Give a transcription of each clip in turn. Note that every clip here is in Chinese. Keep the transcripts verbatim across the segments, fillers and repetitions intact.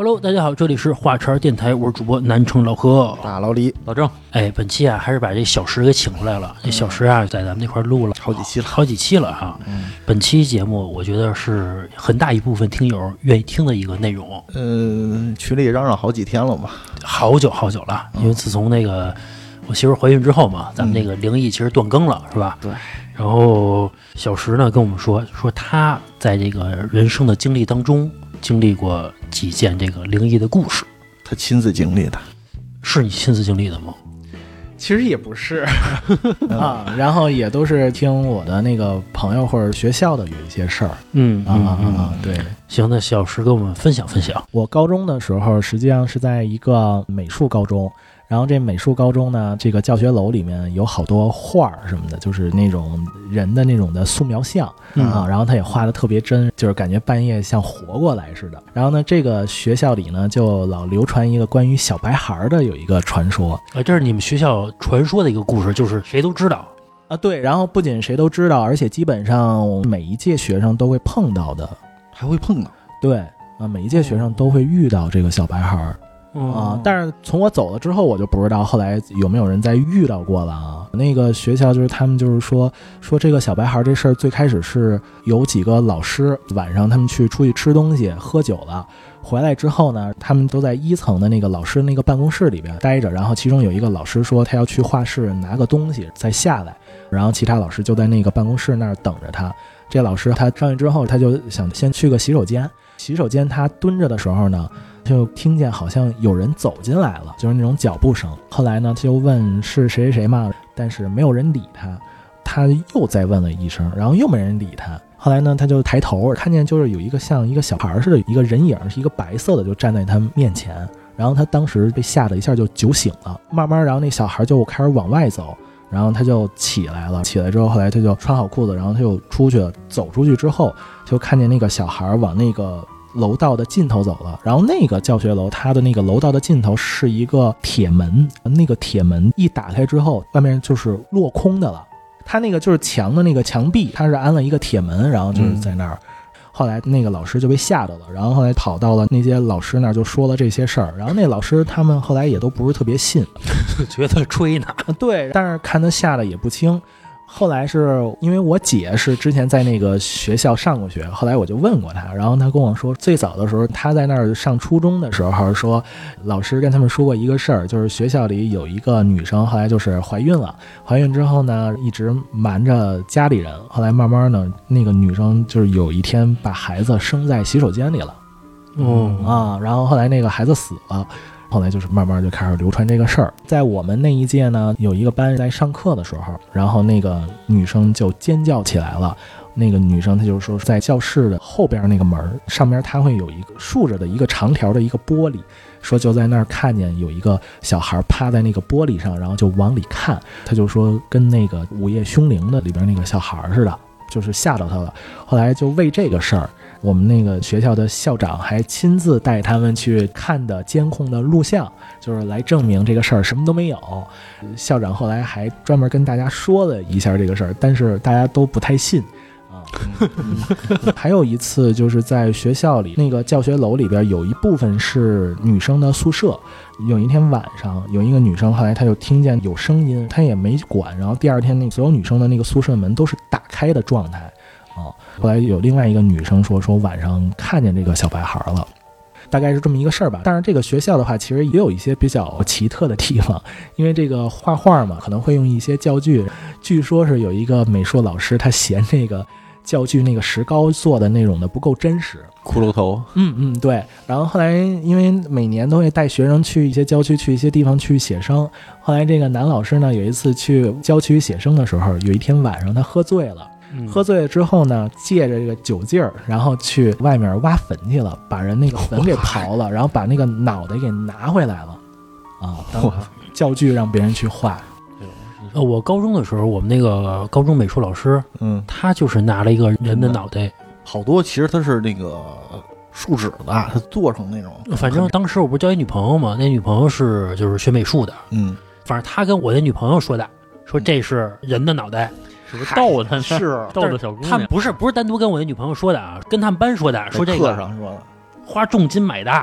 Hello， 大家好，这里是话茬电台，我是主播南城老何， 大老李， 老郑。 哎，本期啊还是把这小石给请出来了。这小石啊，在咱们那块录了好几期了， 好几期了哈。嗯，本期节目我觉得是很大一部分听友愿意听的一个内容。 嗯，群里嚷嚷好几天了吧？ 好久好久了，因为自从那个我媳妇怀孕之后嘛，咱们那个灵异其实断更了，是吧？ 对。 然后小石呢跟我们说，说他在这个人生的经历当中经历过几件这个灵异的故事。 他亲自经历的。 是你亲自经历的吗？ 其实也不是啊，然后也都是听我的那个朋友或者学校的有一些事儿。 嗯啊啊啊！对， 行，那小石跟我们分享分享。 我高中的时候实际上是在一个美术高中。然后这美术高中呢，这个教学楼里面有好多画儿什么的，就是那种人的那种的素描像、嗯、啊，然后他也画的特别真，就是感觉半夜像活过来似的。然后呢，这个学校里呢就老流传一个关于小白孩的有一个传说啊，这是你们学校传说的一个故事，就是谁都知道啊。对，然后不仅谁都知道，而且基本上每一届学生都会碰到的， 还会碰到。 对啊，每一届学生都会遇到这个小白孩。 嗯、 啊！但是从我走了之后，我就不知道后来有没有人再遇到过了啊。那个学校就是他们就是说说这个小白孩这事儿，最开始是有几个老师晚上他们去出去吃东西喝酒了，回来之后呢，他们都在一层的那个老师那个办公室里边待着，然后其中有一个老师说他要去画室拿个东西再下来，然后其他老师就在那个办公室那儿等着他。这老师他上去之后，他就想先去个洗手间，洗手间他蹲着的时候呢，就听见好像有人走进来了，就是那种脚步声。后来呢，他就问是谁谁谁嘛，但是没有人理他。他又再问了一声，然后又没人理他。后来呢，他就抬头看见就是有一个像一个小孩似的一个人影，是一个白色的，就站在他面前。然后他当时被吓得一下就酒醒了，慢慢然后那小孩就开始往外走。然后他就起来了，起来之后，后来他就穿好裤子，然后他就出去了。走出去之后，就看见那个小孩往那个楼道的尽头走了。然后那个教学楼，它的那个楼道的尽头是一个铁门，那个铁门一打开之后，外面就是落空的了。它那个就是墙的那个墙壁，它是安了一个铁门，然后就是在那儿。嗯后来那个老师就被吓到了，然后后来跑到了那些老师那儿就说了这些事儿，然后那老师他们后来也都不是特别信， 觉得吹呢。 对，但是看他吓得也不轻。后来是因为我姐是之前在那个学校上过学，后来我就问过她，然后她跟我说，最早的时候她在那儿上初中的时候，说老师跟他们说过一个事儿，就是学校里有一个女生后来就是怀孕了，怀孕之后呢一直瞒着家里人，后来慢慢呢那个女生就是有一天把孩子生在洗手间里了。 哦、 嗯、啊，然后后来那个孩子死了。后来就是慢慢就开始流传这个事儿。在我们那一届呢，有一个班在上课的时候，然后那个女生就尖叫起来了。那个女生她就说，在教室的后边那个门上面，它会有一个竖着的一个长条的一个玻璃，说就在那儿看见有一个小孩趴在那个玻璃上，然后就往里看。她就说跟那个午夜凶铃的里边那个小孩似的，就是吓到她了。后来就为这个事儿，我们那个学校的校长还亲自带他们去看的监控的录像，就是来证明这个事儿什么都没有。校长后来还专门跟大家说了一下这个事儿，但是大家都不太信啊。嗯、还有一次就是在学校里那个教学楼里边有一部分是女生的宿舍，有一天晚上有一个女生，后来她就听见有声音，她也没管，然后第二天那所有女生的那个宿舍门都是打开的状态。哦，后来有另外一个女生说说晚上看见这个小白孩了，大概是这么一个事儿吧。但是这个学校的话，其实也有一些比较奇特的地方，因为这个画画嘛，可能会用一些教具。据说是有一个美术老师，他嫌这个教具那个石膏做的那种的不够真实， 骷髅头。 嗯嗯，对。然后后来因为每年都会带学生去一些郊区，去一些地方去写生。后来这个男老师呢，有一次去郊区写生的时候，有一天晚上他喝醉了。喝醉了之后呢，借着这个酒劲儿，然后去外面挖坟去了，把人那个坟给刨了，然后把那个脑袋给拿回来了，啊，当教具让别人去画。 呃，我高中的时候，我们那个高中美术老师，嗯，他就是拿了一个人的脑袋， 好多其实他是那个树脂的，他做成那种。 反正当时我不是交一女朋友嘛，那女朋友是就是学美术的，嗯，反正他跟我那女朋友说的，说这是人的脑袋。 是不是逗他？ 是逗的小姑娘。 他们不是不是单独跟我那女朋友说的啊，跟他们班说的，说这个课上说的， 花重金买的。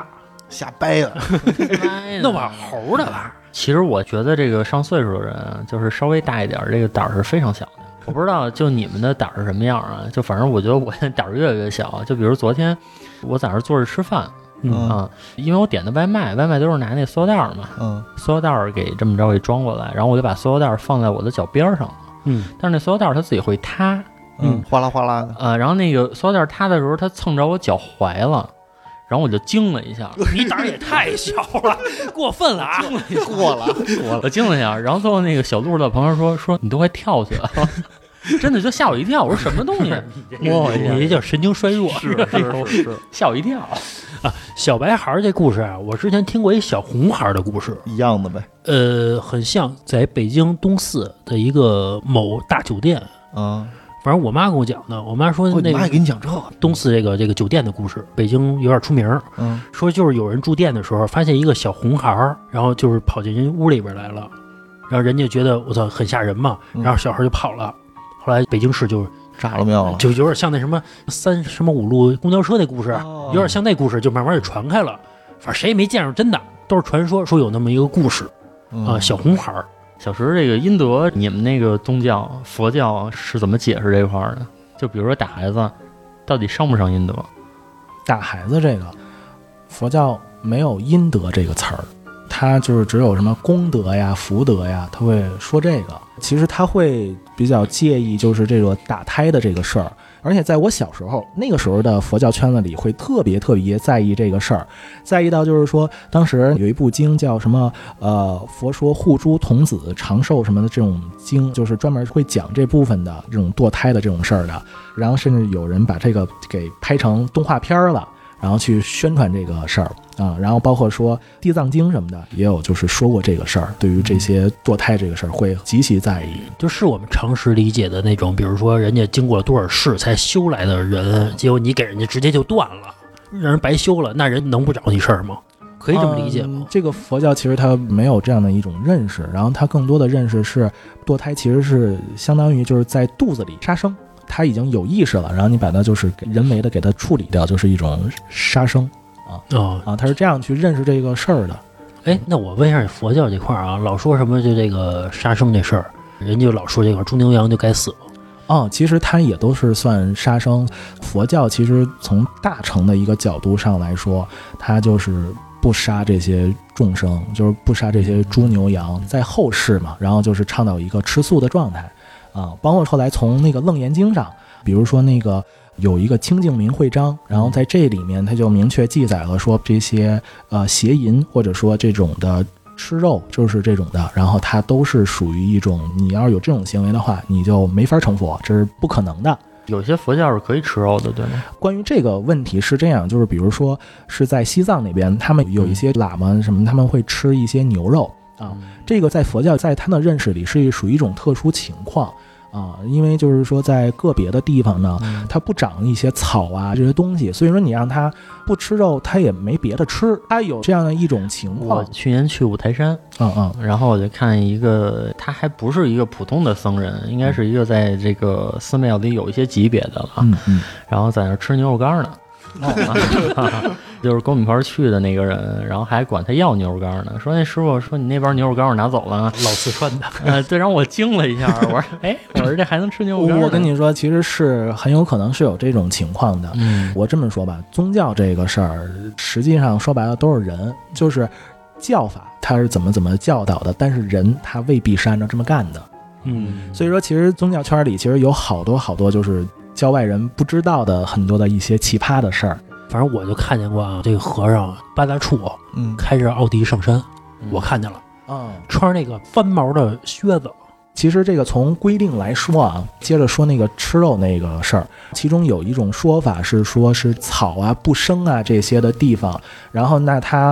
瞎掰啊， 弄把猴的吧。 其实我觉得这个上岁数的人，就是稍微大一点，这个胆儿是非常小的。我不知道就你们的胆儿是什么样啊？就反正我觉得我现在胆儿越来越小。就比如昨天我在那儿坐着吃饭。 嗯啊，因为我点的外卖，外卖都是拿那塑料袋嘛， 嗯， 塑料袋给这么着给装过来，然后我就把塑料袋放在我的脚边上， 嗯， 但是那塑料袋它自己会塌， 嗯，哗啦哗啦的， 呃，然后那个塑料袋塌的时候，它蹭着我脚踝了，然后我就惊了一下， 你胆儿也太小了，过分了啊， 过了， 我了，惊了一下，然后最后那个小路的朋友说说你都快跳起来了。真的就吓我一跳，我说什么东西？ 哇，你这叫神经衰弱， 是是是是， 吓我一跳啊！小白孩这故事啊，我之前听过一小红孩的故事， 一样的呗。 呃，很像在北京东四的一个某大酒店啊， 反正我妈跟我讲的，我妈说那个、 哦、你妈也给你讲这个东四这个这个酒店的故事，北京有点出名。 嗯， 说就是有人住店的时候，发现一个小红孩，然后就是跑进人屋里边来了，然后人家觉得我操很吓人嘛，然后小孩就跑了。嗯后来北京市就炸了庙了， 就有点像那什么三什么五路公交车那故事， 哦、 有点像那故事，就慢慢就传开了。反正谁也没见着真的，都是传说，说有那么一个故事、嗯、啊。小红孩， 小石这个阴德，你们那个宗教佛教是怎么解释这块的？就比如说打孩子，到底伤不伤阴德？ 打孩子这个，佛教没有阴德这个词儿，它就是只有什么功德呀、福德呀，他会说这个。其实他会比较介意就是这个打胎的这个事儿，而且在我小时候那个时候的佛教圈子里会特别特别在意这个事儿，在意到就是说当时有一部经叫什么呃佛说护诸童子长寿什么的这种经，就是专门会讲这部分的这种堕胎的这种事儿的，然后甚至有人把这个给拍成动画片了，然后去宣传这个事儿啊，然后包括说地藏经什么的也有就是说过这个事儿，对于这些堕胎这个事儿会极其在意。 就是我们常识理解的那种，比如说人家经过了多少世才修来的人，结果你给人家直接就断了，让人白修了，那人能不找你事儿吗？可以这么理解吗、 嗯？这个佛教其实它没有这样的一种认识，然后它更多的认识是堕胎其实是相当于就是在肚子里杀生，它已经有意识了，然后你把它就是人为的给它处理掉，就是一种杀生啊哦啊，他是这样去认识这个事儿的。 哎，那我问一下佛教这块啊，老说什么就这个杀生这事儿，人就老说这个猪牛羊就该死。 哦，其实它也都是算杀生。佛教其实从大乘的一个角度上来说，它就是不杀这些众生，就是不杀这些猪牛羊，在后世嘛，然后就是倡导一个吃素的状态啊。包括后来从那个楞严经上，比如说那个有一个清净明慧章，然后在这里面它就明确记载了说这些呃邪淫或者说这种的吃肉就是这种的，然后它都是属于一种你要是有这种行为的话你就没法成佛，这是不可能的。 有些佛教是可以吃肉的，对吗？ 关于这个问题是这样，就是比如说是在西藏那边，他们有一些喇嘛什么，他们会吃一些牛肉啊，这个在佛教在他的认识里是属于一种特殊情况啊，因为就是说在个别的地方呢，它不长一些草啊这些东西，所以说你让它不吃肉，它也没别的吃，它有这样的一种情况。 我去年去五台山， 嗯嗯， 然后我就看一个，他还不是一个普通的僧人，应该是一个在这个寺庙里有一些级别的了， 嗯嗯， 然后在那吃牛肉干呢。哦就是跟我们一块儿去的那个人，然后还管他要牛肉干呢，说那师傅说你那边牛肉干我拿走了， 老四川的， 呃，对，让我惊了一下，我说哎，我说这还能吃牛肉干？ 我跟你说，其实是很有可能是有这种情况的。 嗯， 我这么说吧，宗教这个事儿，实际上说白了都是人，就是教法他是怎么怎么教导的，但是人他未必是按照这么干的。 嗯， 所以说其实宗教圈里其实有好多好多就是教外人不知道的很多的一些奇葩的事儿。 反正我就看见过啊，这个和尚八大处，嗯，开着奥迪上山，嗯、我看见了， 啊、嗯， 穿着那个翻毛的靴子。 其实这个从规定来说啊，接着说那个吃肉那个事儿，其中有一种说法是说是草啊不生啊这些的地方，然后那它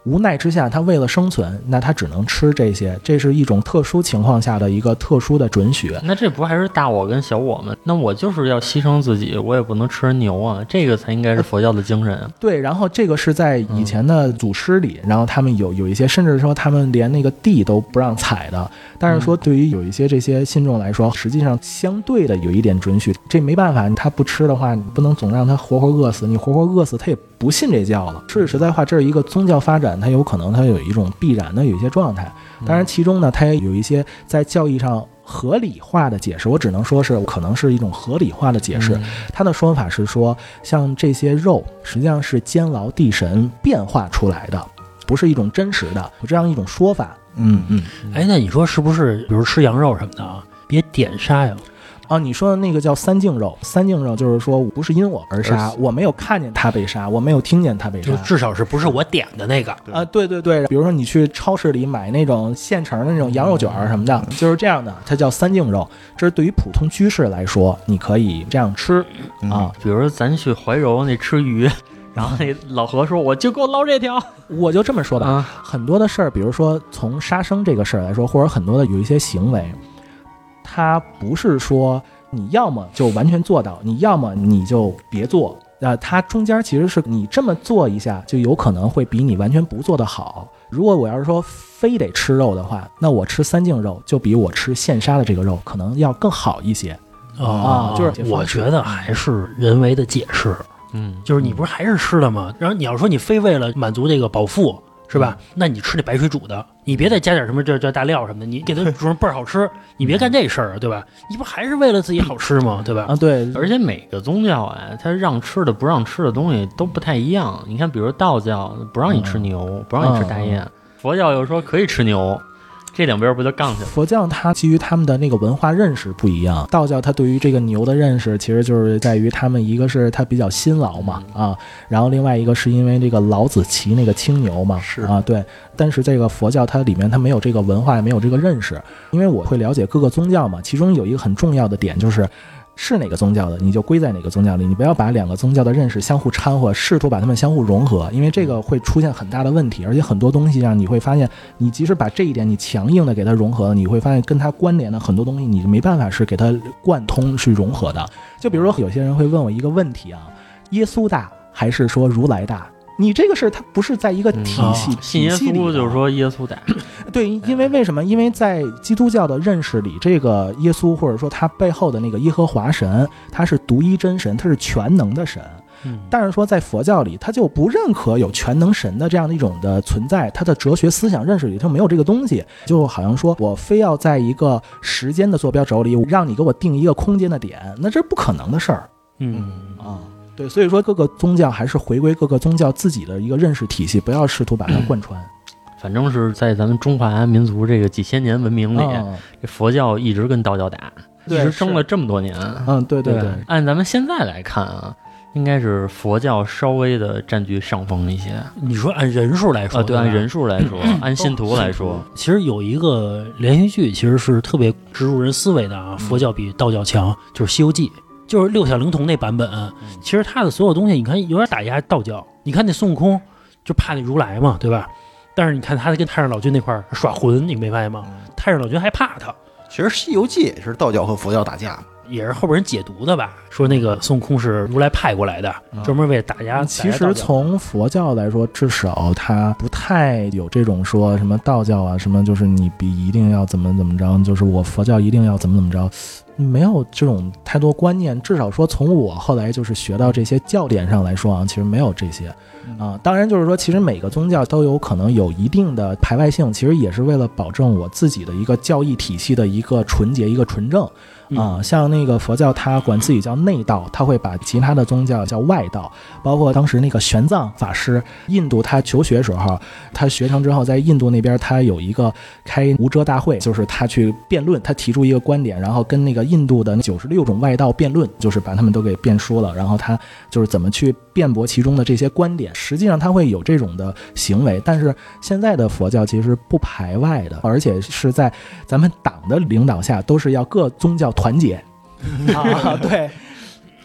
无奈之下，他为了生存，那他只能吃这些，这是一种特殊情况下的一个特殊的准许。 那这不还是大我跟小我吗？那我就是要牺牲自己，我也不能吃人牛啊，这个才应该是佛教的精神。 对，然后这个是在以前的祖师里，嗯、然后他们有有一些，甚至说他们连那个地都不让踩的。但是说对于有一些这些信众来说，实际上相对的有一点准许，这没办法，他不吃的话，你不能总让他活活饿死，你活活饿死他也不信这教了。说句实在话，这是一个宗教发展，它有可能它有一种必然的有一些状态。当然其中呢，它也有一些在教义上合理化的解释，我只能说是可能是一种合理化的解释。他的说法是说，像这些肉实际上是监牢地神变化出来的，不是一种真实的，有这样一种说法。嗯嗯， 哎，那你说是不是，比如吃羊肉什么的啊，别点杀呀？ 啊，你说的那个叫三净肉，三净肉就是说不是因我而杀，我没有看见他被杀，我没有听见他被杀， 就至少是不是我点的那个啊？对对对，比如说你去超市里买那种现成的那种羊肉卷什么的，就是这样的，它叫三净肉。这是对于普通居士来说，你可以这样吃啊。 比如说咱去怀柔那吃鱼。然后那老何说：“我就给我捞这条。” 我就这么说吧， 啊、 很多的事儿，比如说从杀生这个事儿来说，或者很多的有一些行为，它不是说你要么就完全做到，你要么你就别做。呃，它中间其实是你这么做一下，就有可能会比你完全不做的好。如果我要是说非得吃肉的话，那我吃三净肉就比我吃现杀的这个肉可能要更好一些。 啊， 就是我觉得还是人为的解释。 嗯， 就是你不是还是吃的吗？然后你要说你非为了满足这个饱腹，是吧？嗯、那你吃那白水煮的，你别再加点什么这这大料什么的，你给它煮成倍儿好吃，你别干这事儿，对吧？你不还是为了自己好吃吗？对吧？ 啊，对。 而且每个宗教啊，它让吃的不让吃的东西都不太一样。你看，比如道教不让你吃牛，嗯、不让你吃大雁，嗯、佛教又说可以吃牛。这两边不就杠起来了？ 佛教它基于他们的那个文化认识不一样，道教它对于这个牛的认识其实就是在于他们一个是它比较辛劳嘛、嗯、啊，然后另外一个是因为这个老子骑那个青牛嘛， 是啊对，但是这个佛教它里面它没有这个文化，也没有这个认识，因为我会了解各个宗教嘛，其中有一个很重要的点就是。是哪个宗教的你就归在哪个宗教里，你不要把两个宗教的认识相互掺和，试图把它们相互融合，因为这个会出现很大的问题，而且很多东西上你会发现，你即使把这一点你强硬的给它融合了，你会发现跟它关联的很多东西你没办法是给它贯通去融合的。就比如说有些人会问我一个问题啊，耶稣大还是说如来大？你这个事它不是在一个体系、嗯哦、 信耶稣就是说耶稣大， 对，因为为什么？因为在基督教的认识里，这个耶稣或者说他背后的那个耶和华神，他是独一真神，他是全能的神。嗯，但是说在佛教里，他就不认可有全能神的这样的一种的存在，他的哲学思想认识里就没有这个东西，就好像说我非要在一个时间的坐标轴里，让你给我定一个空间的点，那这是不可能的事儿。 嗯啊。对，所以说各个宗教还是回归各个宗教自己的一个认识体系，不要试图把它贯穿。 反正是在咱们中华民族这个几千年文明里，哦、这佛教一直跟道教打，一直争了这么多年。 嗯，对对 对, 对。 按咱们现在来看啊，应该是佛教稍微的占据上风一些。 你说按人数来说， 啊，对，按人数来说，按信徒来说， 其实有一个连续剧，其实是特别植入人思维的啊。佛教比道教强，就是《西游记》。就是六小龄童那版本，其实他的所有东西，你看有点打压道教。你看那孙悟空就怕那如来嘛，对吧？但是你看他跟太上老君那块耍混，你明白吗？太上老君还怕他。 其实《西游记》也是道教和佛教打架， 也是后边人解读的吧？说那个孙悟空是如来派过来的，专门为了打压。 其实从佛教来说，至少他不太有这种说什么道教啊，什么就是你比一定要怎么怎么着，就是我佛教一定要怎么怎么着。没有这种太多观念，至少说从我后来就是学到这些教典上来说啊，其实没有这些啊。当然就是说，其实每个宗教都有可能有一定的排外性，其实也是为了保证我自己的一个教义体系的一个纯洁、一个纯正啊。像那个佛教，他管自己叫内道，他会把其他的宗教叫外道。包括当时那个玄奘法师，印度他求学时候，他学成之后，在印度那边他有一个开无遮大会，就是他去辩论，他提出一个观点，然后跟那个印度的九十六种外道辩论，就是把他们都给辩输了，然后他就是怎么去辩驳其中的这些观点，实际上他会有这种的行为。但是现在的佛教其实不排外的，而且是在咱们党的领导下，都是要各宗教团结啊，对。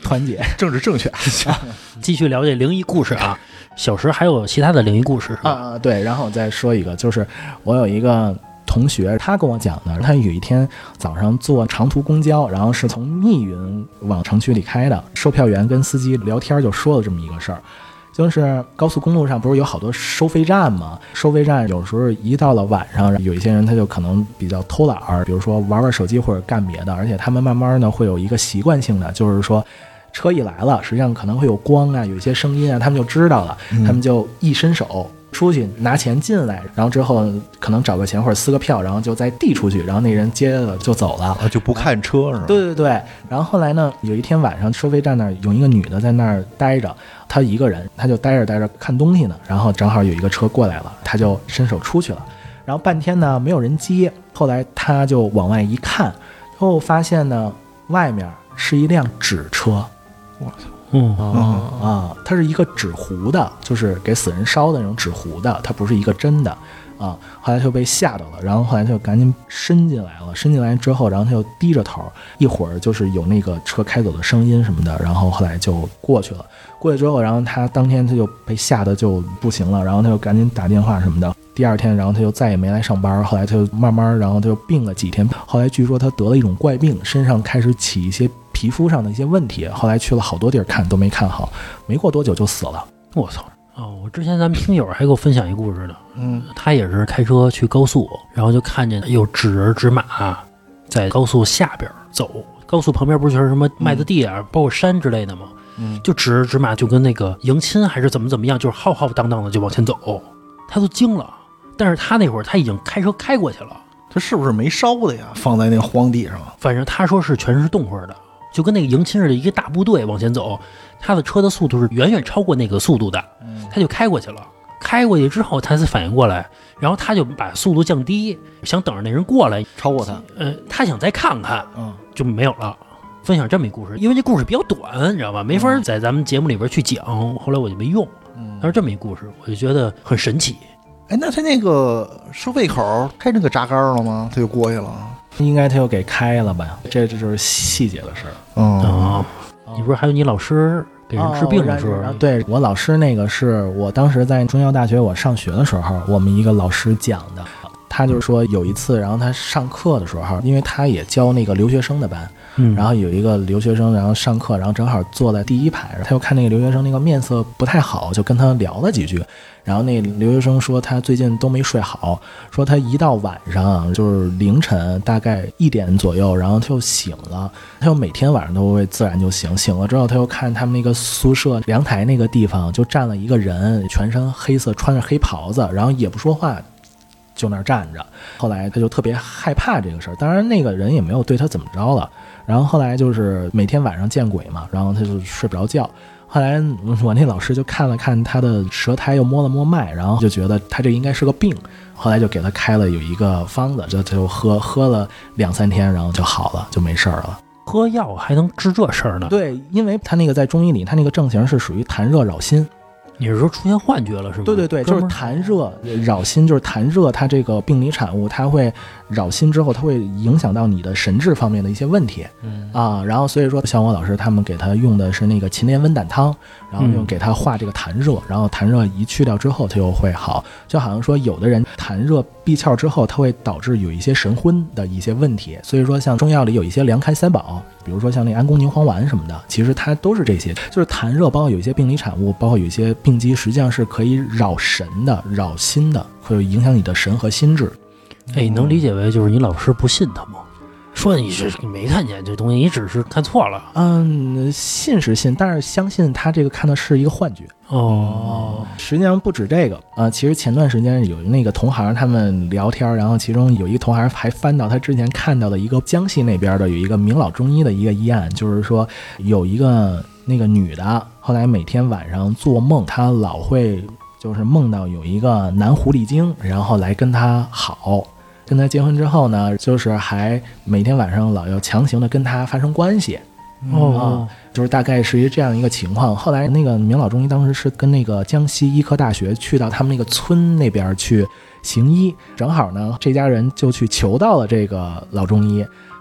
团结， 政治正确。 继续了解灵异故事啊。小时还有其他的灵异故事是吧？ 啊，对，然后我再说一个，就是我有一个同学，他跟我讲的，他有一天早上坐长途公交，然后是从密云往城区里开的，售票员跟司机聊天就说了这么一个事儿。就是高速公路上不是有好多收费站吗？收费站有时候一到了晚上，有一些人他就可能比较偷懒儿，比如说玩玩手机或者干别的，而且他们慢慢的会有一个习惯性的，就是说车一来了，实际上可能会有光啊，有一些声音啊，他们就知道了，他们就一伸手出去拿钱进来，然后之后可能找个钱或者撕个票，然后就再递出去，然后那人接了就走了， 啊，就不看车是吧？ 对对对。然后后来呢，有一天晚上收费站那儿有一个女的在那儿待着，她一个人，她就待着待着看东西呢，然后正好有一个车过来了，她就伸手出去了，然后半天呢没有人接，后来她就往外一看，后发现呢外面是一辆纸车。 我操！ 嗯啊啊，它是一个纸糊的，就是给死人烧的那种纸糊的，它不是一个真的啊。后来就被吓到了，然后后来就赶紧伸进来了，伸进来之后，然后他就低着头，一会儿就是有那个车开走的声音什么的，然后后来就过去了。过去之后，然后他当天他就被吓得就不行了，然后他就赶紧打电话什么的。第二天，然后他就再也没来上班，后来他就慢慢，然后他就病了几天。后来据说他得了一种怪病，身上开始起一些皮肤上的一些问题，后来去了好多地儿看都没看好，没过多久就死了。 我操！哦，我之前咱们听友还给我分享一故事呢， 嗯， 他也是开车去高速，然后就看见有纸人纸马在高速下边走，高速旁边不是就是什么麦子地啊，嗯、包括山之类的吗？ 嗯， 就纸人纸马就跟那个迎亲还是怎么怎么样，就是浩浩荡荡的就往前走，他都惊了。但是他那会儿他已经开车开过去了， 他是不是没烧的呀？放在那个荒地上， 反正他说是全是动会的。就跟那个迎亲似的，一个大部队往前走，他的车的速度是远远超过那个速度的，他就开过去了。开过去之后，他才反应过来，然后他就把速度降低，想等着那人过来超过他。 呃，他想再看看， 嗯， 就没有了。分享这么一故事，因为这故事比较短，你知道吧？没法在咱们节目里边去讲，后来我就没用。但是这么一故事，我就觉得很神奇。 哎，那他那个收费口开那个闸杆了吗？他就过去了。 应该他又给开了吧？这这就是细节的事儿。 嗯、哦，你不是还有你老师给人治病的时候？ 哦、对我老师那个是我当时在中药大学我上学的时候，我们一个老师讲的。他就是说有一次，然后他上课的时候，因为他也教那个留学生的班，嗯，然后有一个留学生，然后上课，然后正好坐在第一排，他又看那个留学生那个面色不太好，就跟他聊了几句。然后那留学生说他最近都没睡好，说他一到晚上就是凌晨大概一点左右，然后他又醒了，他又每天晚上都会自然就醒，醒了之后他又看他们那个宿舍阳台那个地方就站了一个人，全身黑色，穿着黑袍子，然后也不说话，就那儿站着。后来他就特别害怕这个事儿，当然那个人也没有对他怎么着了。然后后来就是每天晚上见鬼嘛，然后他就睡不着觉。后来我那老师就看了看他的舌苔，又摸了摸脉，然后就觉得他这应该是个病。后来就给他开了有一个方子，就就喝喝了两三天，然后就好了，就没事儿了。 喝药还能治这事儿呢？ 对，因为他那个在中医里，他那个症型是属于痰热扰心。 你是说出现幻觉了是吗？对对对，就是痰热扰心，就是痰热，它这个病理产物，它会扰心之后，它会影响到你的神志方面的一些问题，嗯啊，然后所以说像我老师他们给他用的是那个秦连温胆汤，然后用给他化这个痰热，然后痰热一去掉之后，他又会好。就好像说有的人痰热闭窍之后，它会导致有一些神昏的一些问题，所以说像中药里有一些凉开三宝，比如说像那安宫牛黄丸什么的，其实它都是这些，就是痰热，包括有一些病理产物，包括有一些病机，实际上是可以扰神的、扰心的，会影响你的神和心智。 哎，能理解为就是你老师不信他吗？说你是你没看见这东西，你只是看错了。 嗯，信是信，但是相信他这个看的是一个幻觉。 哦， 实际上不止这个啊、呃，其实前段时间有那个同行他们聊天，然后其中有一个同行还翻到他之前看到的一个江西那边的有一个名老中医的一个医案，就是说有一个那个女的，后来每天晚上做梦，她老会就是梦到有一个男狐狸精，然后来跟她好。跟他结婚之后呢，就是还每天晚上老要强行的跟他发生关系， 哦、 啊，就是大概是一这样一个情况。后来那个名老中医当时是跟那个江西医科大学去到他们那个村那边去行医，正好呢这家人就去求到了这个老中医。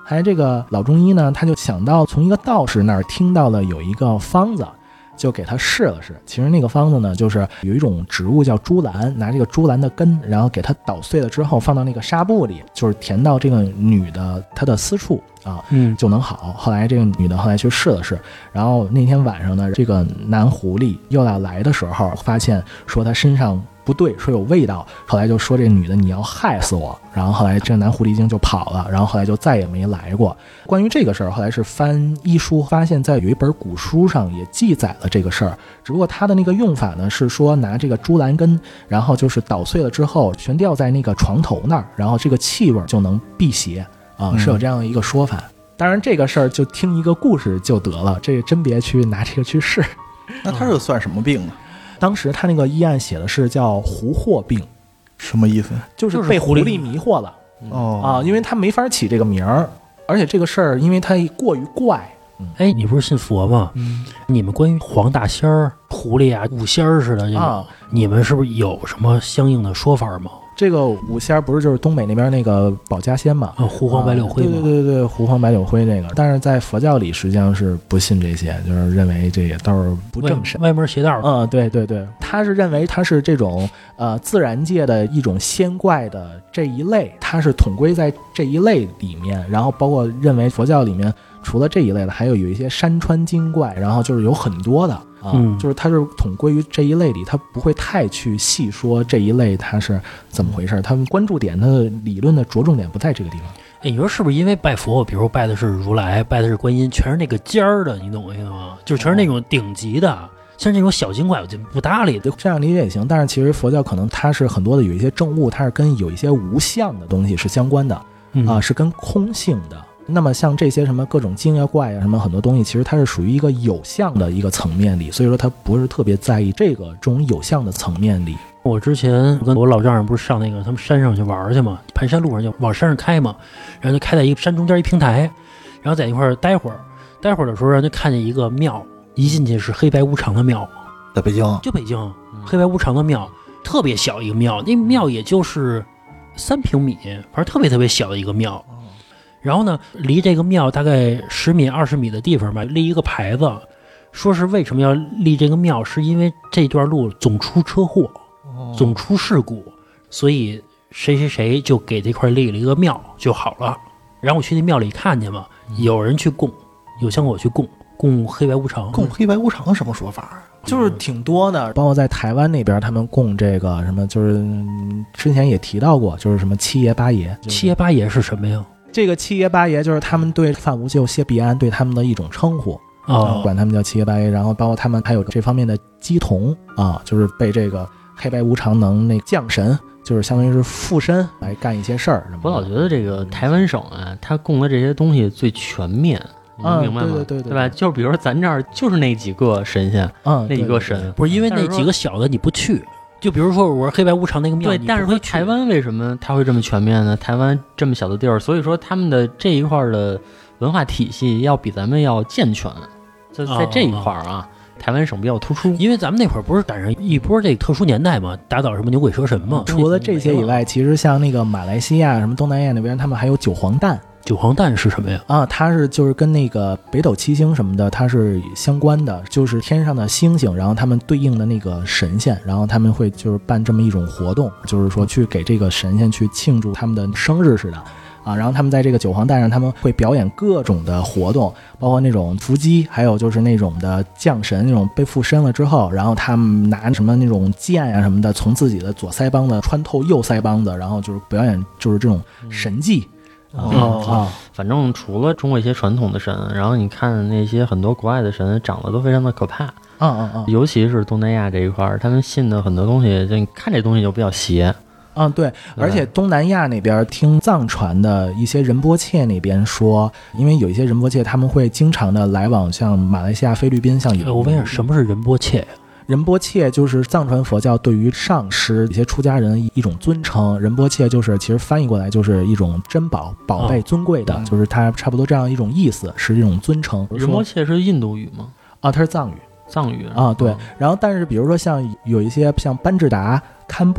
还这个老中医呢，他就想到从一个道士那儿听到了有一个方子，就给他试了试。其实那个方子呢，就是有一种植物叫猪兰，拿这个猪兰的根，然后给它捣碎了之后，放到那个纱布里，就是填到这个女的她的私处啊， 嗯， 就能好。后来这个女的后来去试了试，然后那天晚上呢，这个男狐狸又要来的时候，发现说他身上不对，说有味道，后来就说这个女的你要害死我，然后后来这个男狐狸精就跑了，然后后来就再也没来过。关于这个事儿，后来是翻医书，发现在有一本古书上也记载了这个事儿，只不过它的那个用法呢是说拿这个猪兰根，然后就是捣碎了之后悬吊在那个床头那儿，然后这个气味就能辟邪啊、呃，是有这样一个说法。当然这个事儿就听一个故事就得了，这个真别去拿这个去试。 那他这算什么病呢？ 当时他那个医案写的是叫狐惑病， 什么意思？ 就是被狐狸迷惑了哦啊，因为他没法起这个名儿，而且这个事儿因为它过于怪。 哎，你不是信佛吗？ 嗯， 你们关于黄大仙儿、狐狸啊、五仙儿似的这种、 啊， 你们是不是有什么相应的说法吗？ 这个五仙儿不是就是东北那边那个保家仙嘛？ 啊，狐黄白柳灰啊、 嘛。 对对对对，狐黄白柳灰这个，但是在佛教里实际上是不信这些，就是认为这也都是不正神、 歪门邪道。 嗯，对对对，他是认为他是这种呃自然界的一种仙怪的这一类，它是统归在这一类里面，然后包括认为佛教里面除了这一类的，还有有一些山川精怪，然后就是有很多的啊， 嗯、 就是它是统归于这一类里，它不会太去细说这一类它是怎么回事，他们关注点它的理论的着重点不在这个地方。 哎，你说是不是因为拜佛，比如说拜的是如来，拜的是观音，全是那个尖儿的，你懂我意思吗？就是全是那种顶级的，像这种小精怪我就不搭理。 这样理解也行，但是其实佛教可能它是很多的有一些证物，它是跟有一些无相的东西是相关的啊、 嗯呃，是跟空性的。那么像这些什么各种精啊怪啊什么很多东西，其实它是属于一个有相的一个层面里，所以说它不是特别在意这个这种有相的层面里。 我之前跟我老丈人不是上那个他们山上去玩去嘛，盘山路上就往山上开嘛，然后就开在一个山中间一平台，然后在一块儿待会儿，待会儿的时候然后就看见一个庙，一进去是黑白无常的庙， 在北京， 就北京黑白无常的庙，特别小一个庙，那庙也就是三平米，反正特别特别小的一个庙。然后呢，离这个庙大概十米、二十米的地方吧，立一个牌子，说是为什么要立这个庙，是因为这段路总出车祸，总出事故，所以谁谁谁就给这块立了一个庙就好了。然后我去那庙里看见嘛，有人去供，有香火去供，供黑白无常。 供黑白无常什么说法？ 就是挺多的，包括在台湾那边，他们供这个什么，就是之前也提到过，就是什么七爷八爷。 七爷八爷是什么呀？ 这个七爷八爷就是他们对范无咎、谢必安对他们的一种称呼啊，管他们叫七爷八爷。然后包括他们还有这方面的乩童啊，就是被这个黑白无常能那降神，就是相当于是附身来干一些事儿。 我老觉得这个台湾省啊，它供的这些东西最全面。你能明白吗？ 嗯、对对 对, 对, 对吧？就比如说咱这儿就是那几个神仙， 嗯， 那几个神， 不是因为那几个小的你不去，就比如说我是黑白无常那个庙， 对，但是说台湾为什么它会这么全面呢？台湾这么小的地儿，所以说他们的这一块的文化体系要比咱们要健全，就在这一块啊。哦台湾省比较突出， 因为咱们那会儿不是赶上一波这个特殊年代嘛，打倒什么牛鬼蛇神嘛。 除了这些以外，其实像那个马来西亚、什么东南亚那边，他们还有九皇诞。 九皇诞是什么呀？ 啊，它是就是跟那个北斗七星什么的，它是相关的，就是天上的星星，然后他们对应的那个神仙，然后他们会就是办这么一种活动，就是说去给这个神仙去庆祝他们的生日似的。啊，然后他们在这个九皇诞上，他们会表演各种的活动，包括那种伏击，还有就是那种的降神，那种被附身了之后，然后他们拿什么那种剑呀、啊、什么的，从自己的左腮帮子穿透右腮帮子，然后就是表演就是这种神迹。 嗯、啊、啊！反正除了中国一些传统的神，然后你看那些很多国外的神长得都非常的可怕。 嗯嗯嗯， 尤其是东南亚这一块，他们信的很多东西，就你看这东西就比较邪。 嗯，对，而且东南亚那边听藏传的一些仁波切那边说，因为有一些仁波切他们会经常的来往，像马来西亚、菲律宾，像有。 我问一下，什么是仁波切呀？ 仁波切就是藏传佛教对于上师一些出家人一种尊称，仁波切就是其实翻译过来就是一种珍宝、宝贝、尊贵的，哦、就是它差不多这样一种意思，是一种尊称。 仁波切是印度语吗？ 啊，它是藏语。 藏语啊，对。然后，但是比如说像有一些像班智达、堪布。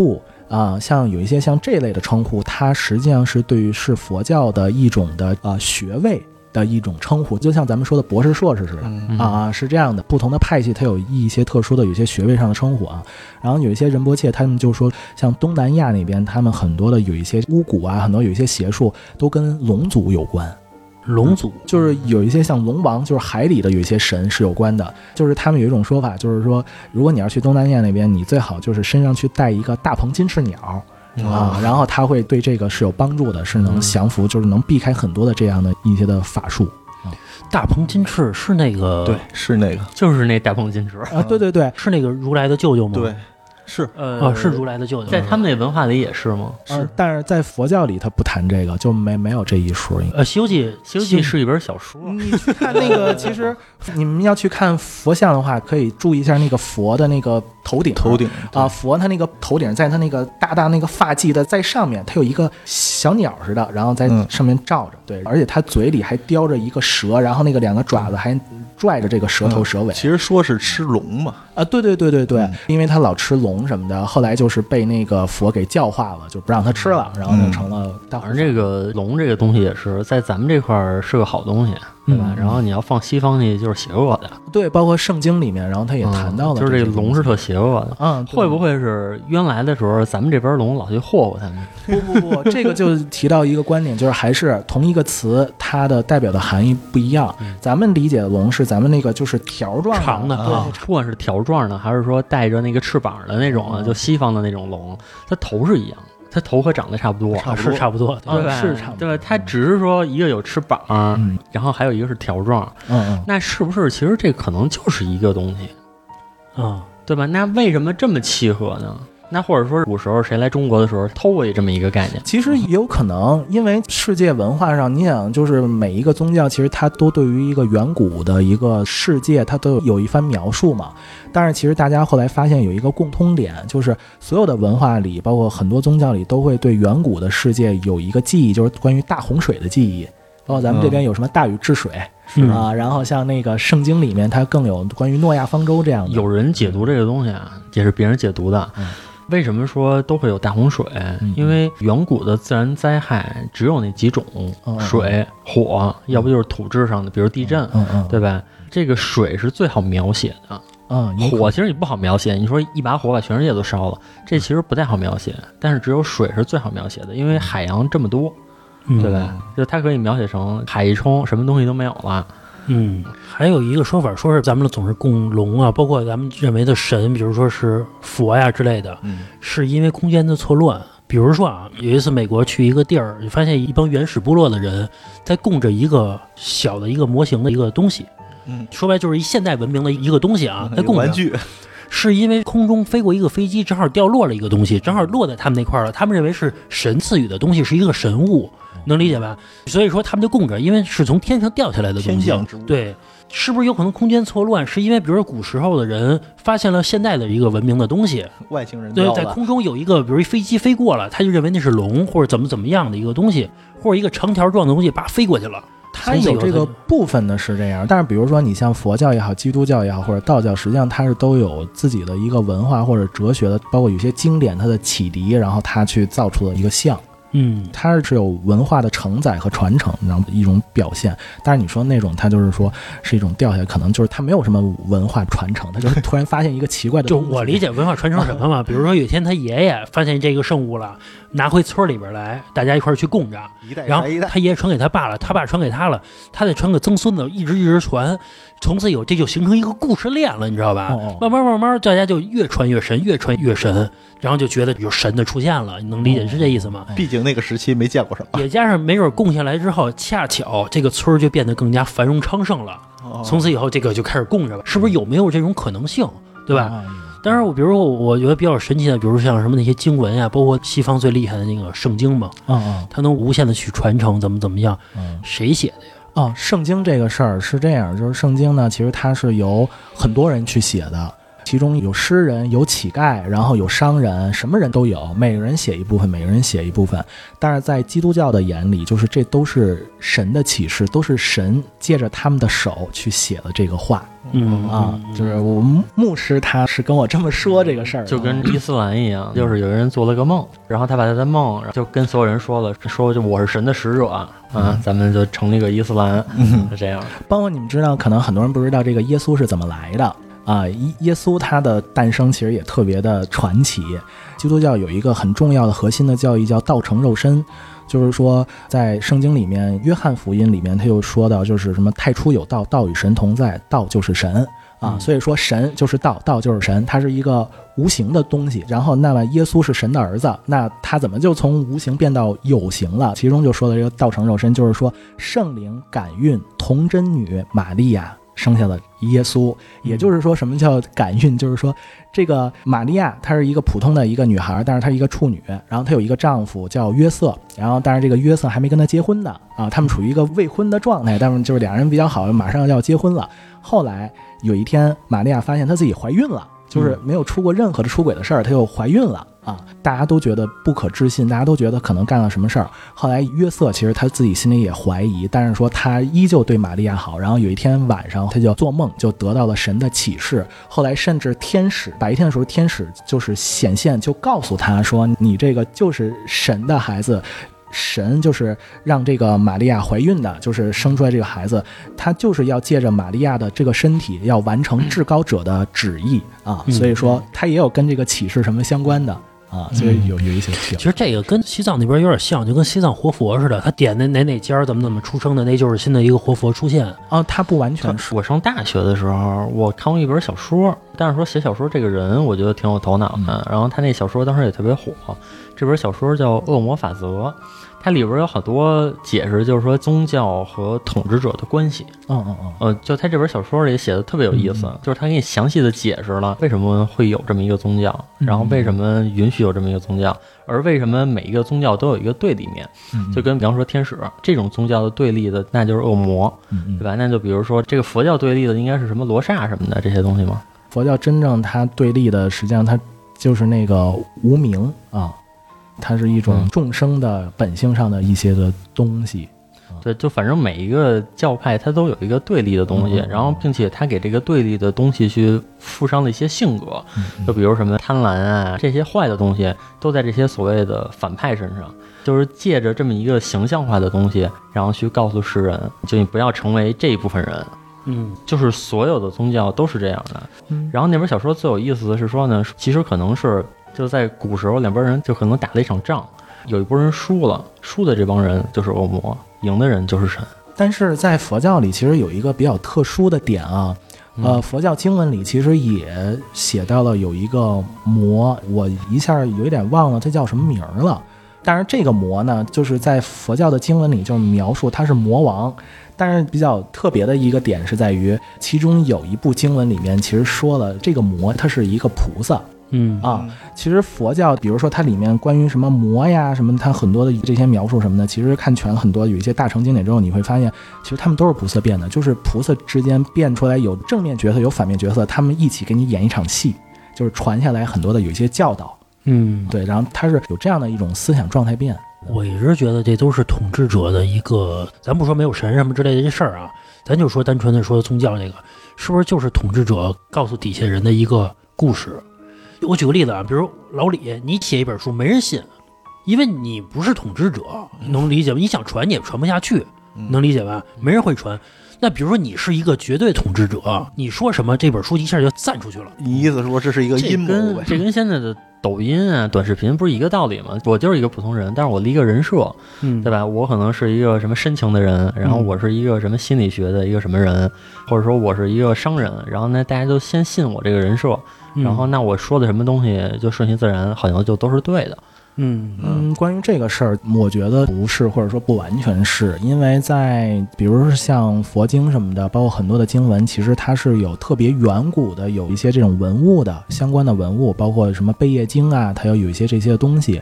啊，像有一些像这类的称呼，它实际上是对于是佛教的一种的呃学位的一种称呼，就像咱们说的博士硕士似的、 嗯、 啊，是这样的。不同的派系它有一些特殊的有些学位上的称呼啊。然后有一些仁波切他们就说，像东南亚那边，他们很多的有一些巫蛊啊，很多有一些邪术都跟龙族有关。 龙族就是有一些像龙王，就是海里的有一些神是有关的。就是他们有一种说法，就是说，如果你要去东南亚那边，你最好就是身上去带一个大鹏金翅鸟。啊，然后它会对这个是有帮助的，是能降服，就是能避开很多的这样的一些的法术。 大鹏金翅是那个， 对，是那个， 就是那大鹏金翅啊，对对对， 是那个如来的舅舅吗？ 对，是， 呃， 哦，是如来的舅舅， 在他们那文化里也是吗？ 是，呃、但是在佛教里他不谈这个，就没没有这一说。 呃，《西游记》《 西游记》是一本小说， 你去看那个，其实你们要去看佛像的话，可以注意一下那个佛的那个头顶， 头顶啊，佛他那个头顶，在他那个大大那个发髻的在上面，它有一个小鸟似的，然后在上面罩着，嗯、对，而且他嘴里还叼着一个蛇，然后那个两个爪子还拽着这个蛇头蛇尾。 嗯、其实说是吃龙嘛， 啊，对对对对对，嗯、因为他老吃龙什么的，后来就是被那个佛给教化了，就不让他吃了，然后就成了大。 反正这个龙这个东西也是在咱们这块儿是个好东西。对吧、嗯？然后你要放西方去，就是邪恶的。 对，包括圣经里面，然后他也谈到了、 嗯，就是这个龙是特邪恶的。 嗯， 会不会是原来的时候咱们这边龙老去霍霍他们？ 不不不，这个就提到一个观点，就是还是同一个词，它的代表的含义不一样。嗯、咱们理解的龙是咱们那个就是条状长的啊， 不管是条状的，还是说带着那个翅膀的那种啊，嗯、就西方的那种龙，它头是一样。它头和长得差不多， 差不多是差不多， 对吧？ 是差不多， 对吧？它只是说一个有翅膀， 嗯、 然后还有一个是条状， 嗯嗯， 那是不是其实这可能就是一个东西， 啊、嗯， 对吧？那为什么这么契合呢？那或者说古时候谁来中国的时候偷过这么一个概念？ 其实也有可能，因为世界文化上，你想，就是每一个宗教，其实它都对于一个远古的一个世界，它都有一番描述嘛。但是其实大家后来发现有一个共通点，就是所有的文化里，包括很多宗教里，都会对远古的世界有一个记忆，就是关于大洪水的记忆。包括咱们这边有什么大禹治水、嗯、啊，然后像那个圣经里面，它更有关于诺亚方舟这样的。 有人解读这个东西啊，也是别人解读的。嗯，为什么说都会有大洪水？嗯、因为远古的自然灾害只有那几种：嗯、水、火，要不就是土质上的，比如地震， 嗯嗯， 对吧？这个水是最好描写的。 嗯， 火其实你不好描写，你说一把火把全世界都烧了，这其实不太好描写。但是只有水是最好描写的，因为海洋这么多， 嗯、 对吧？就它可以描写成海一冲，什么东西都没有了。 嗯，还有一个说法，说是咱们总是供龙啊，包括咱们认为的神，比如说是佛呀之类的， 嗯， 是因为空间的错乱。比如说啊，有一次美国去一个地儿，发现一帮原始部落的人在供着一个小的一个模型的一个东西， 嗯， 说白就是一现代文明的一个东西啊，在供着。 玩具。 是因为空中飞过一个飞机，正好掉落了一个东西，正好落在他们那块了。他们认为是神赐予的东西，是一个神物，能理解吧？所以说他们就供着，因为是从天上掉下来的东西。 天降之物。 对，是不是有可能空间错乱？是因为比如说古时候的人发现了现代的一个文明的东西， 外星人对，在空中有一个，比如一飞机飞过了，他就认为那是龙或者怎么怎么样的一个东西，或者一个长条状的东西叭飞过去了。 它有这个部分的是这样，但是比如说你像佛教也好，基督教也好，或者道教，实际上它是都有自己的一个文化或者哲学的，包括有些经典它的启迪，然后它去造出了一个像。 嗯， 它是有文化的承载和传承，然后一种表现。但是你说那种，它就是说是一种掉下来，可能就是它没有什么文化传承，它就是突然发现一个奇怪的东西。 就我理解文化传承什么嘛？比如说有一天他爷爷发现这个圣物了，拿回村里边来，大家一块儿去供着，然后他爷爷传给他爸了，他爸传给他了，他再传给曾孙子，一直一直传，从此有这就形成一个故事链了，你知道吧？ 哦、 慢慢慢慢大家就越传越神，越传越神。然后就觉得有神的出现了，你能理解是这意思吗？ 毕竟那个时期没见过什么， 也加上没准供下来之后，恰巧这个村儿就变得更加繁荣昌盛了。 哦、 从此以后，这个就开始供着了，是不是有没有这种可能性？对吧？ 啊、 当然，我比如说，我觉得比较神奇的，比如像什么那些经文呀，包括西方最厉害的那个圣经嘛， 嗯嗯， 它能无限的去传承，怎么怎么样？ 嗯， 谁写的呀？ 哦，圣经这个事儿是这样，就是圣经呢，其实它是由很多人去写的。 其中有诗人，有乞丐，然后有商人，什么人都有，每个人写一部分，每个人写一部分。但是在基督教的眼里，就是这都是神的启示，都是神借着他们的手去写了这个话。 嗯啊，就是我牧师他是跟我这么说这个事儿， 就跟伊斯兰一样，就是有人做了个梦，然后他把他的梦就跟所有人说了，说就我是神的使者啊，嗯、咱们就成立个伊斯兰，嗯、就这样。 包括你们知道，可能很多人不知道这个耶稣是怎么来的啊。耶稣他的诞生其实也特别的传奇。基督教有一个很重要的核心的教义叫道成肉身。就是说在圣经里面，约翰福音里面他又说到，就是什么太初有道，道与神同在，道就是神啊、嗯、所以说神就是道，道就是神，它是一个无形的东西。然后那么耶稣是神的儿子，那他怎么就从无形变到有形了？其中就说的这个道成肉身，就是说圣灵感孕童真女玛利亚生下了耶稣。也就是说什么叫感孕，就是说这个玛利亚她是一个普通的一个女孩，但是她是一个处女，然后她有一个丈夫叫约瑟，然后但是这个约瑟还没跟她结婚呢啊，他们处于一个未婚的状态，但是就是两人比较好，马上要结婚了。后来有一天玛利亚发现她自己怀孕了，就是没有出过任何的出轨的事儿，她又怀孕了啊！大家都觉得不可置信，大家都觉得可能干了什么事儿。后来约瑟其实他自己心里也怀疑，但是说他依旧对玛利亚好。然后有一天晚上，他就做梦，就得到了神的启示。后来甚至天使白天的时候，天使就是显现，就告诉他说：“你这个就是神的孩子。”神就是让这个玛利亚怀孕的，就是生出来这个孩子，他就是要借着玛利亚的这个身体，要完成至高者的旨意啊，所以说他也有跟这个启示什么相关的啊，所以有有一些。 其实这个跟西藏那边有点像，就跟西藏活佛似的，他点那哪哪家怎么怎么出生的，那就是新的一个活佛出现啊。他不完全是。 我上大学的时候，我看过一本小说，但是说写小说这个人，我觉得挺有头脑的。嗯、然后他那小说当时也特别火，这本小说叫《恶魔法则》。它里边有好多解释，就是说宗教和统治者的关系。 嗯嗯嗯。 呃，就他这本小说里写的特别有意思，嗯、就是他给你详细的解释了为什么会有这么一个宗教， 嗯、 然后为什么允许有这么一个宗教，而为什么每一个宗教都有一个对立面。 嗯、 就跟比方说天使这种宗教的对立的，那就是恶魔， 嗯、 对吧？那就比如说这个佛教对立的应该是什么罗刹什么的这些东西吗？ 佛教真正它对立的，实际上它就是那个无明啊。它是一种众生的本性上的一些的东西， 嗯、对，就反正每一个教派它都有一个对立的东西，嗯、然后并且它给这个对立的东西去附上了一些性格， 嗯、 就比如什么贪婪啊，这些坏的东西都在这些所谓的反派身上，就是借着这么一个形象化的东西，然后去告诉世人，就你不要成为这一部分人。 嗯， 就是所有的宗教都是这样的。 嗯， 然后那本小说最有意思的是说呢，其实可能是就在古时候两边人就可能打了一场仗，有一波人输了，输的这帮人就是恶魔，赢的人就是神。 但是在佛教里其实有一个比较特殊的点啊，呃，佛教经文里其实也写到了有一个魔，我一下有一点忘了它叫什么名了。但是这个魔呢，就是在佛教的经文里就是描述他是魔王。但是比较特别的一个点是在于，其中有一部经文里面其实说了这个魔它是一个菩萨。 嗯啊，其实佛教比如说它里面关于什么魔呀什么，它很多的这些描述什么的，其实看全很多有一些大乘经典之后，你会发现其实他们都是菩萨变的，就是菩萨之间变出来有正面角色有反面角色，他们一起给你演一场戏，就是传下来很多的有一些教导。 嗯， 对，然后它是有这样的一种思想状态变。 我一直觉得这都是统治者的一个，咱不说没有神什么之类的这事儿啊，咱就说单纯的说宗教这个，是不是就是统治者告诉底下人的一个故事？我举个例子啊，比如老李，你写一本书没人信，因为你不是统治者，能理解吗？你想传你也传不下去，能理解吧？没人会传。那比如说你是一个绝对统治者，你说什么这本书一下就散出去了。 你意思说这是一个阴谋呗？ 这跟现在的抖音啊、短视频不是一个道理吗？我就是一个普通人，但是我立一个人设， 嗯， 对吧？我可能是一个什么深情的人，然后我是一个什么心理学的一个什么人，或者说我是一个商人，然后呢，大家都先信我这个人设，然后那我说的什么东西就顺其自然，好像就都是对的。 嗯嗯，关于这个事儿，我觉得不是，或者说不完全是，因为在比如说像佛经什么的，包括很多的经文，其实它是有特别远古的，有一些这种文物的相关的文物，包括什么贝叶经啊，它要有一些这些东西。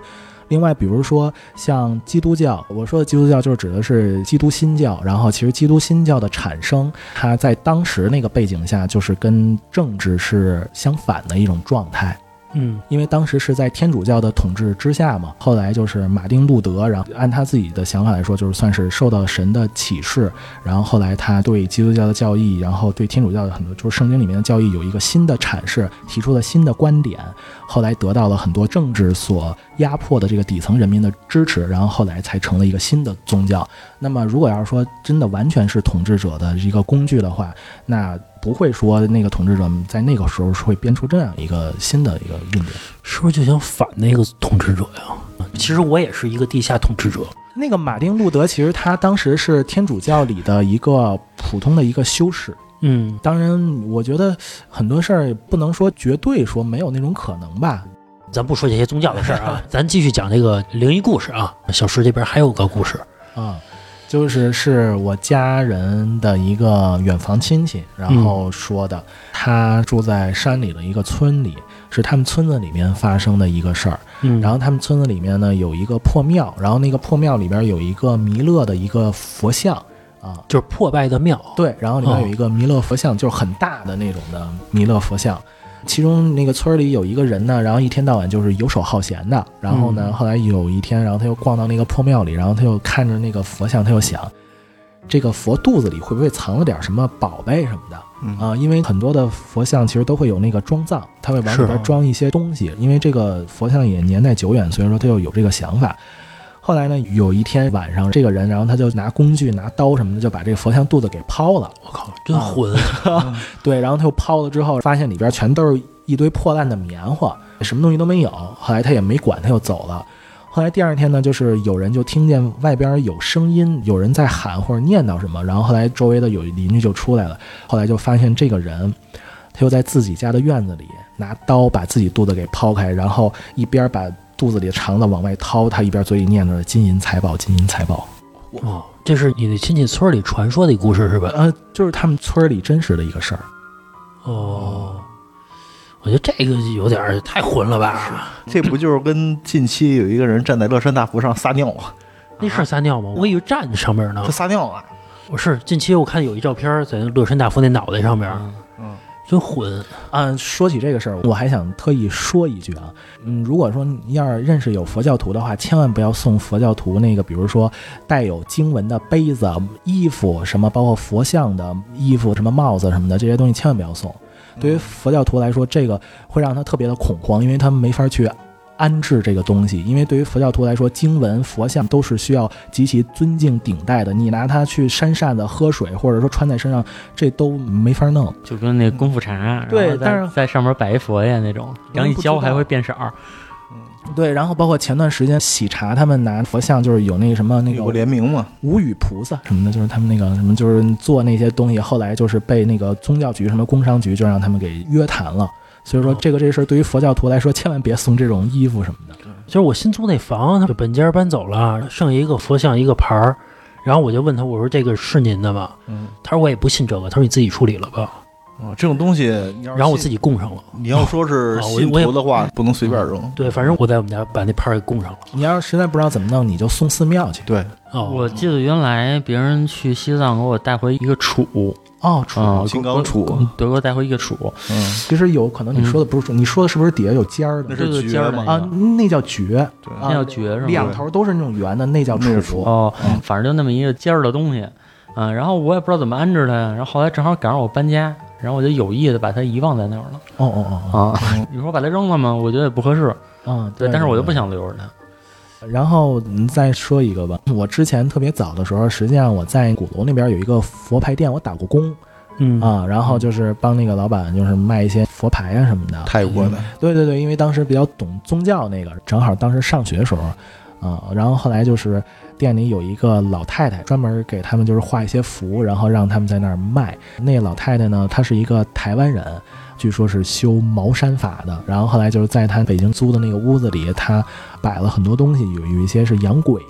另外，比如说像基督教，我说的基督教就是指的是基督新教，然后其实基督新教的产生，它在当时那个背景下，就是跟政治是相反的一种状态。 嗯， 因为当时是在天主教的统治之下嘛，后来就是马丁路德，然后按他自己的想法来说，就是算是受到神的启示，然后后来他对基督教的教义，然后对天主教的很多就是圣经里面的教义有一个新的阐释，提出了新的观点，后来得到了很多政治所压迫的这个底层人民的支持，然后后来才成了一个新的宗教。那么如果要是说真的完全是统治者的一个工具的话，那不会说那个统治者在那个时候是会编出这样一个新的一个运动， 是不是就想反那个统治者呀？其实我也是一个地下统治者。 那个马丁路德其实他当时是天主教里的一个普通的一个修士。 嗯， 当然我觉得很多事儿不能说绝对说没有那种可能吧。 咱不说这些宗教的事儿啊，咱继续讲这个灵异故事啊。小石这边还有个故事啊，就是是我家人的一个远房亲戚，然后说的，嗯、他住在山里的一个村里，是他们村子里面发生的一个事儿。 嗯， 然后他们村子里面呢有一个破庙，然后那个破庙里边有一个弥勒的一个佛像啊， 就是破败的庙。 对，然后里面有一个弥勒佛像，哦、就是很大的那种的弥勒佛像。其中那个村里有一个人呢，然后一天到晚就是游手好闲的，然后呢，后来有一天，然后他又逛到那个破庙里，然后他又看着那个佛像，他又想，这个佛肚子里会不会藏了点什么宝贝什么的啊、 嗯呃？因为很多的佛像其实都会有那个装藏，他会往里边装一些东西，因为这个佛像也年代久远，所以说他又有这个想法。后来呢，有一天晚上，这个人，然后他就拿工具、拿刀什么的，就把这个佛像肚子给抛了。 我靠，真混！ 啊、对，然后他又抛了之后，发现里边全都是一堆破烂的棉花，什么东西都没有。后来他也没管，他又走了。后来第二天呢，就是有人就听见外边有声音，有人在喊或者念叨什么，然后后来周围的有邻居就出来了。后来就发现这个人，他又在自己家的院子里拿刀把自己肚子给剖开，然后一边把肚子里的肠子往外掏，他一边嘴里念着金银财宝，金银财宝。 哦，这是你的亲戚村里传说的一个故事是吧？ 呃，就是他们村里真实的一个事儿。 哦，我觉得这个有点太混了吧？ 这不就是跟近期有一个人站在乐山大佛上撒尿啊？ 那是撒尿吗？我以为站在上面呢。 他撒尿啊！ 我是近期我看有一照片在乐山大佛那脑袋上面。 嗯。 真混啊！说起这个事儿，我还想特意说一句啊，嗯，如果说你要是认识有佛教徒的话，千万不要送佛教徒那个，比如说带有经文的杯子、衣服，什么包括佛像的衣服、什么帽子什么的，这些东西千万不要送。对于佛教徒来说，这个会让他特别的恐慌，因为他们没法去安置这个东西，因为对于佛教徒来说，经文佛像都是需要极其尊敬顶戴的，你拿它去扇扇子喝水，或者说穿在身上，这都没法弄， 就跟那功夫茶， 对，但是在上面摆一佛爷那种，然后一浇还会变色儿。 对，然后包括前段时间喜茶他们拿佛像，就是有那个什么那个有联名嘛， 无语菩萨什么的，就是他们那个什么，就是做那些东西，后来就是被那个宗教局什么工商局就让他们给约谈了。所以说这个这事儿对于佛教徒来说，千万别送这种衣服什么的。 就是我新租那房，他本家搬走了，剩下一个佛像一个牌儿，然后我就问他，我说这个是您的吗？ 嗯， 他说我也不信这个，他说你自己处理了吧。 哦，这种东西， 然后我自己供上了。 你要说是信徒的话，不能随便扔。 对，反正我在我们家把那牌给供上了。 你要是实在不知道怎么弄，你就送寺庙去。 对， 哦， 我记得原来别人去西藏给我带回一个杵。 哦，杵， 金刚杵， 德国带回一个杵。 嗯，其实有可能你说的不是杵，你说的是不是底下有尖儿的？ 那是尖吗？ 啊，那叫角， 那叫角是吧？ 两头都是那种圆的，那叫杵。 哦，反正就那么一个尖儿的东西，啊，然后我也不知道怎么安置它呀，然后后来正好赶上我搬家，然后我就有意的把它遗忘在那儿了。 哦哦哦啊，你说把它扔了吗？我觉得也不合适。 啊， 对，但是我就不想留着它。 然后你再说一个吧，我之前特别早的时候，实际上我在鼓楼那边有一个佛牌店，我打过工。 嗯啊，然后就是帮那个老板，就是卖一些佛牌啊什么的。 泰国的， 对对对，因为当时比较懂宗教，那个正好当时上学的时候，啊，然后后来就是店里有一个老太太，专门给他们就是画一些符，然后让他们在那儿卖。那个老太太呢，她是一个台湾人，据说是修茅山法的。然后后来就是在她北京租的那个屋子里，她摆了很多东西，有有一些是养鬼的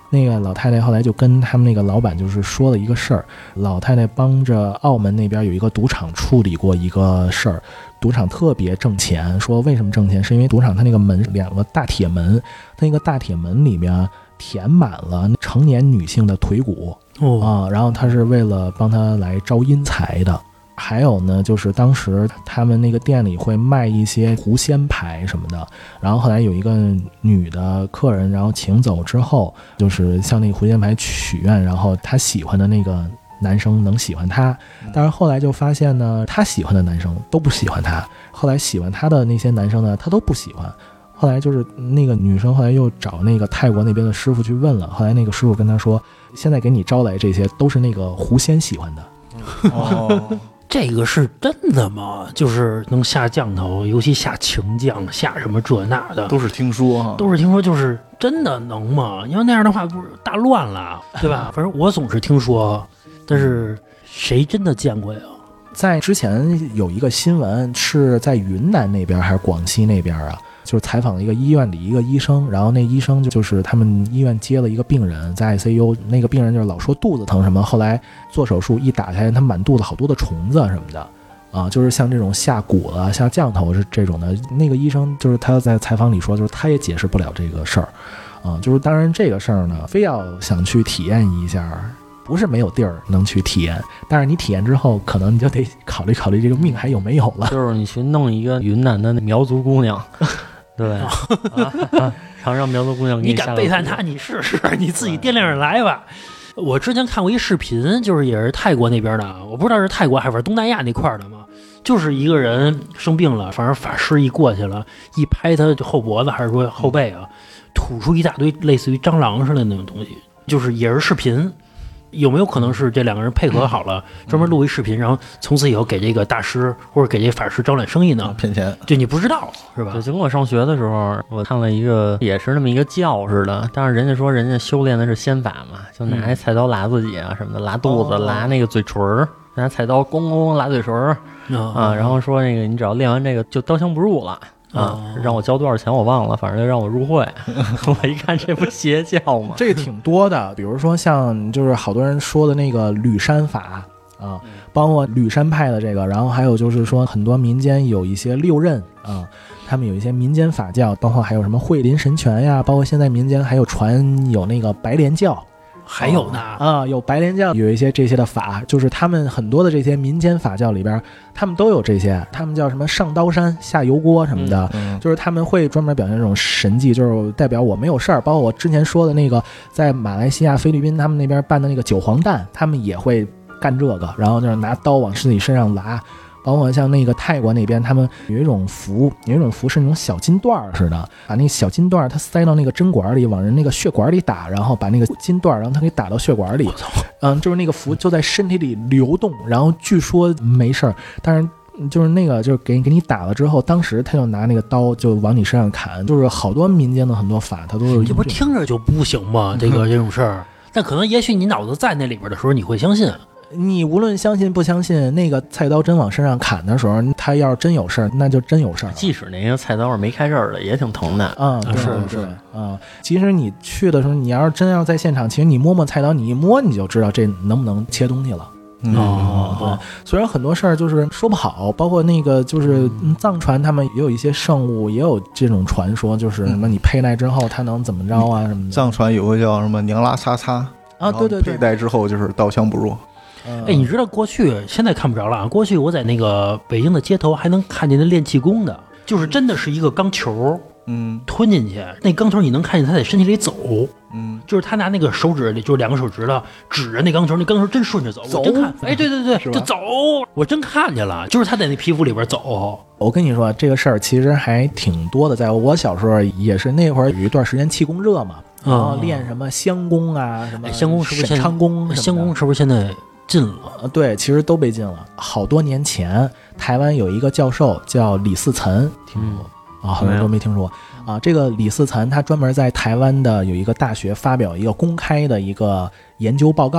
那个老太太后来就跟他们那个老板就是说了一个事儿，老太太帮着澳门那边有一个赌场处理过一个事儿，赌场特别挣钱，说为什么挣钱，是因为赌场它那个门两个大铁门，它那个大铁门里面填满了成年女性的腿骨哦啊，然后他是为了帮他来招阴财的。还有呢，就是当时他们那个店里会卖一些狐仙牌什么的，然后后来有一个女的客人，然后请走之后，就是向那个狐仙牌许愿，然后他喜欢的那个男生能喜欢他，但是后来就发现呢，他喜欢的男生都不喜欢他，后来喜欢他的那些男生呢，他都不喜欢。后来就是那个女生后来又找那个泰国那边的师傅去问了，后来那个师傅跟他说，现在给你招来这些都是那个狐仙喜欢的。 哦， 这个是真的吗？就是能下降头，尤其下情降，下什么这那的， 都是听说哈， 都是听说，就是真的能吗？因为那样的话不是大乱了，对吧？反正我总是听说，但是谁真的见过呀？ 在之前有一个新闻是在云南那边还是广西那边啊，就是采访了一个医院里一个医生，然后那医生就就是他们医院接了一个病人在 I C U， 那个病人就是老说肚子疼什么，后来做手术一打开，他满肚子好多的虫子什么的啊，就是像这种下蛊了、下降头是这种的。那个医生就是他在采访里说，就是他也解释不了这个事儿啊，就是当然这个事儿呢，非要想去体验一下。不是没有地儿能去体验，但是你体验之后，可能你就得考虑考虑这个命还有没有了。 就是你去弄一个云南的苗族姑娘，对，啊啊，常让苗族姑娘给你下敢背叛他，你试试，你自己掂量着来吧。我之前看过一视频，就是也是泰国那边的，我不知道是泰国还是东南亚那块的嘛，就是一个人生病了，反正法师一过去了，一拍他后脖子还是说后背啊，吐出一大堆类似于蟑螂似的那种东西，就是也是视频。有没有可能是这两个人配合好了，专门录一视频，然后从此以后给这个大师或者给这法师招揽生意呢？ 骗钱， 就你不知道是吧？ 对，就跟我上学的时候，我看了一个也是那么一个教似的，但是人家说人家修炼的是仙法嘛，就拿一菜刀拉自己啊什么的，拉肚子、拉那个嘴唇儿，拿菜刀咣咣咣拉嘴唇儿啊，然后说那个你只要练完这个就刀枪不入了。啊，让我交多少钱我忘了，反正就让我入会。我一看这不邪教吗？ 这个挺多的，比如说像就是好多人说的那个吕山法啊，包括吕山派的这个，然后还有就是说很多民间有一些六壬啊，他们有一些民间法教，包括还有什么慧林神拳呀，包括现在民间还有传有那个白莲教。 还有呢啊，有白莲教，有一些这些的法，就是他们很多的这些民间法教里边，他们都有这些，他们叫什么上刀山下油锅什么的， 嗯嗯、 就是他们会专门表现这种神迹，就是代表我没有事儿。包括我之前说的那个，在马来西亚、菲律宾他们那边办的那个九皇诞，他们也会干这个，然后就是拿刀往自己身上拉。包括像那个泰国那边，他们有一种符，有一种符是那种小金段似的，把那小金段它塞到那个针管里，往人那个血管里打，然后把那个金段让它给打到血管里。嗯，就是那个符就在身体里流动，然后据说没事儿，但是就是那个就是给给你打了之后，当时他就拿那个刀就往你身上砍，就是好多民间的很多法，他都是这不听着就不行吗？这个这种事儿，但可能也许你脑子在那里边的时候，你会相信。 你无论相信不相信，那个菜刀真往身上砍的时候，他要是真有事儿，那就真有事儿。 即使那个菜刀是没开刃的，也挺疼的。 啊、嗯， 是是是啊。其实你去的时候，你要是真要在现场，其实你摸摸菜刀，你一摸你就知道这能不能切东西了。 嗯、 哦， 对，虽然很多事儿就是说不好，包括那个就是藏传他们也有一些圣物，也有这种传说，就是什么你佩戴之后它能怎么着啊什么的。 藏传有个叫什么娘拉擦擦啊，对对对， 佩戴之后就是刀枪不入。 哎，你知道过去现在看不着了啊？过去我在那个北京的街头还能看见那练气功的，就是真的是一个钢球， 嗯， 吞进去，那钢球你能看见他在身体里走， 嗯，就是他拿那个手指，就是两个手指头指着那钢球，那钢球真顺着走， 走我真看，哎，对对对，就走，我真看见了，就是他在那皮肤里边走。 我跟你说，这个事儿其实还挺多的，在我小时候也是那会儿有一段时间气功热嘛，然后练什么香功啊，什么香功是不是沈昌功， 香功是不是现在禁了？ 呃，对，其实都被禁了。好多年前，台湾有一个教授叫李嗣岑，听说过、嗯、啊？很多人都没听说过啊。这个李嗣岑他专门在台湾的有一个大学发表一个公开的一个研究报告，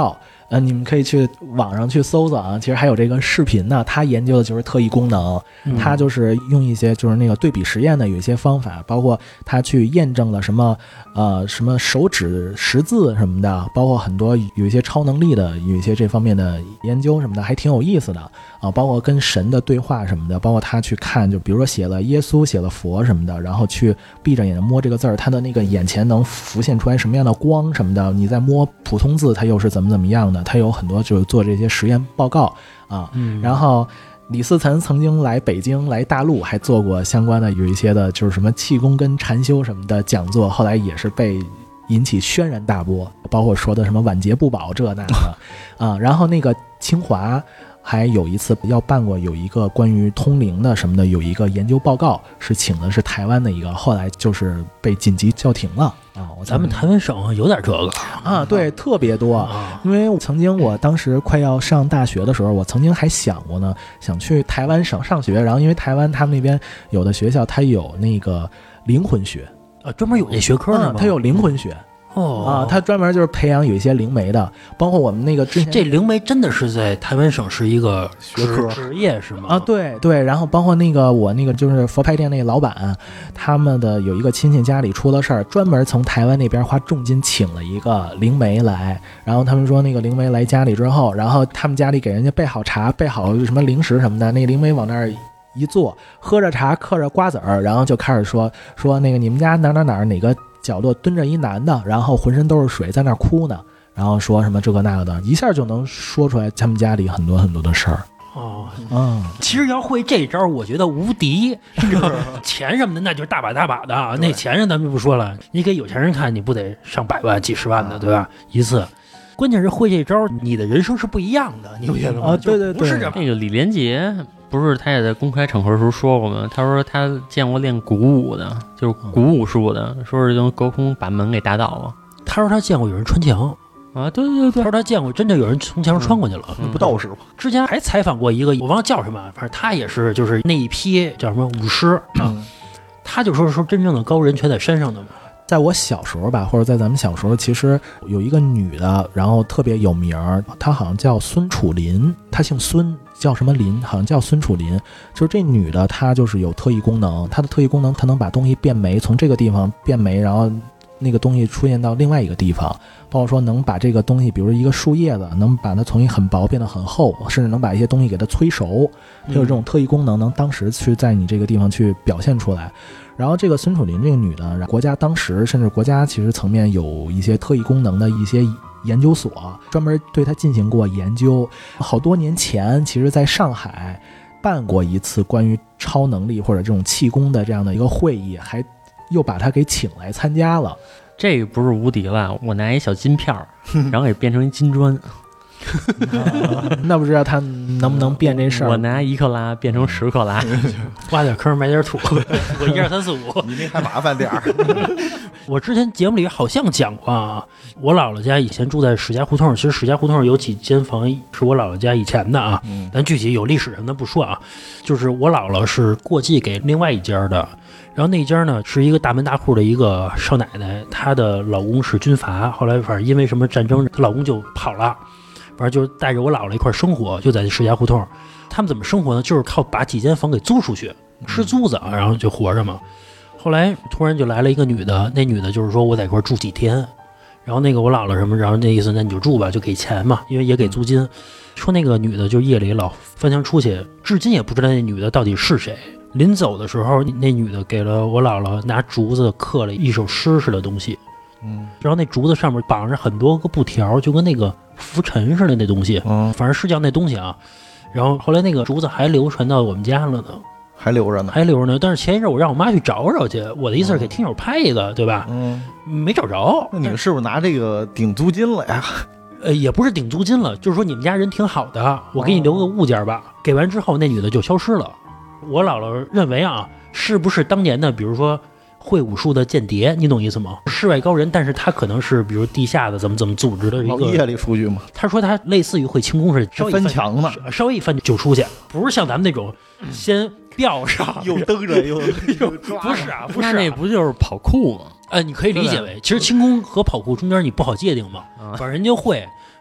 呃，你们可以去网上去搜索啊，其实还有这个视频呢。他研究的就是特异功能， 嗯他就是用一些就是那个对比实验的有一些方法，包括他去验证了什么呃什么手指识字什么的，包括很多有一些超能力的有一些这方面的研究什么的，还挺有意思的啊。包括跟神的对话什么的，包括他去看，就比如说写了耶稣写了佛什么的，然后去闭着眼睛摸这个字儿，他的那个眼前能浮现出来什么样的光什么的，你在摸普通字它又是怎么怎么样的，他有很多就是做这些实验报告啊。 嗯， 然后李思岑曾经来北京来大陆还做过相关的有一些的就是什么气功跟禅修什么的讲座，后来也是被引起轩然大波，包括说的什么晚节不保这那的啊。然后那个清华还有一次要办过有一个关于通灵的什么的有一个研究报告，是请的是台湾的一个，后来就是被紧急叫停了啊。 咱们台湾省有点这个啊，对，特别多。 啊， 因为曾经我当时快要上大学的时候，我曾经还想过呢，想去台湾省上学。然后因为台湾他们那边有的学校它有那个灵魂学啊，专门有这学科呢吗？ 嗯它有灵魂学哦啊，它专门就是培养有一些灵媒的，包括我们那个之前这灵媒真的是在台湾省是一个学科职业是吗？ 啊，对对，然后包括那个我那个就是佛牌店那个老板，他们的有一个亲戚家里出了事儿，专门从台湾那边花重金请了一个灵媒来，然后他们说那个灵媒来家里之后，然后他们家里给人家备好茶，备好什么零食什么的，那个灵媒往那儿一坐，喝着茶，嗑着瓜子儿，然后就开始说说那个你们家哪哪哪哪个角落蹲着一男的，然后浑身都是水，在那儿哭呢。然后说什么这个那个的，一下就能说出来他们家里很多很多的事儿。 哦， 嗯， 其实要会这招，我觉得无敌。钱什么的那就是大把大把的啊，那钱上咱们就不说了，你给有钱人看，你不得上百万、几十万的，对吧？一次。关键是会这招，你的人生是不一样的，你有觉得吗？ 啊对对对不是这那个李连杰不是他也在公开场合时候说过吗？他说他见过练鼓舞的，就是鼓武术的，说是用隔空把门给打倒了。 他说他见过有人穿墙啊，对对对， 他说他见过真的有人从墙上穿过去了。 嗯那不道士吗？ 之前还采访过一个，我忘了叫什么，反正他也是就是那一批叫什么舞狮啊，他就说说真正的高人全在山上的嘛。 在我小时候吧，或者在咱们小时候，其实有一个女的，然后特别有名儿，她好像叫孙楚林，她姓孙，叫什么林，好像叫孙楚林。就是这女的，她就是有特异功能，她的特异功能，她能把东西变没，从这个地方变没，然后那个东西出现到另外一个地方，包括说能把这个东西，比如一个树叶子，能把它从一很薄变得很厚，甚至能把一些东西给它催熟，她有这种特异功能，能当时去在你这个地方去表现出来。然后这个孙楚林这个女的，国家当时甚至国家其实层面有一些特异功能的一些研究所，专门对她进行过研究。好多年前，其实在上海办过一次关于超能力或者这种气功的这样的一个会议，还又把她给请来参加了。 这个不是无敌了，我拿一小金片儿，然后给变成一金砖。 啊、那不知道他能不能变这事儿？ 我拿一克拉变成十克拉， 挖点坑埋点土，我一二三四五。 你那还麻烦点儿。 我之前节目里好像讲过啊，我姥姥家以前住在史家胡同，其实史家胡同有几间房是我姥姥家以前的啊， 嗯， 但具体有历史什么的不说啊，就是我姥姥是过继给另外一家的。然后那家呢是一个大门大户的一个少奶奶，她的老公是军阀，后来反正因为什么战争，她老公就跑了。反正就是带着我姥姥一块生活，就在石家胡同。他们怎么生活呢？就是靠把几间房给租出去，吃租子，然后就活着嘛。后来突然就来了一个女的，那女的就是说我在一块住几天，然后那个我姥姥什么，然后那意思那你就住吧，就给钱嘛，因为也给租金。说那个女的就夜里老翻墙出去，至今也不知道那女的到底是谁。临走的时候，那女的给了我姥姥拿竹子刻了一首诗似的东西。 嗯， 然后那竹子上面绑着很多个布条，就跟那个浮尘似的那东西， 嗯， 反正是叫那东西啊。然后后来那个竹子还流传到我们家了呢， 还留着呢， 还留着呢。但是前一阵我让我妈去找找去，我的意思是给听友拍一个，对吧？ 嗯， 没找着。 那你们是不是拿这个顶租金了呀？ 呃，也不是顶租金了，就是说你们家人挺好的，我给你留个物件吧。给完之后，那女的就消失了。我姥姥认为啊，是不是当年的，比如说会武术的间谍，你懂意思吗？世外高人，但是他可能是比如地下的怎么怎么组织的一个。 往夜里出去吗？ 他说他类似于会轻功似的，稍微翻墙呢， 稍微一翻就出去，不是像咱们那种先吊上又蹬着又又抓， 不是啊，不是、啊， 那那不就是跑酷吗？ 呃，你可以理解为，其实轻功和跑酷中间你不好界定嘛， 啊反正人就会。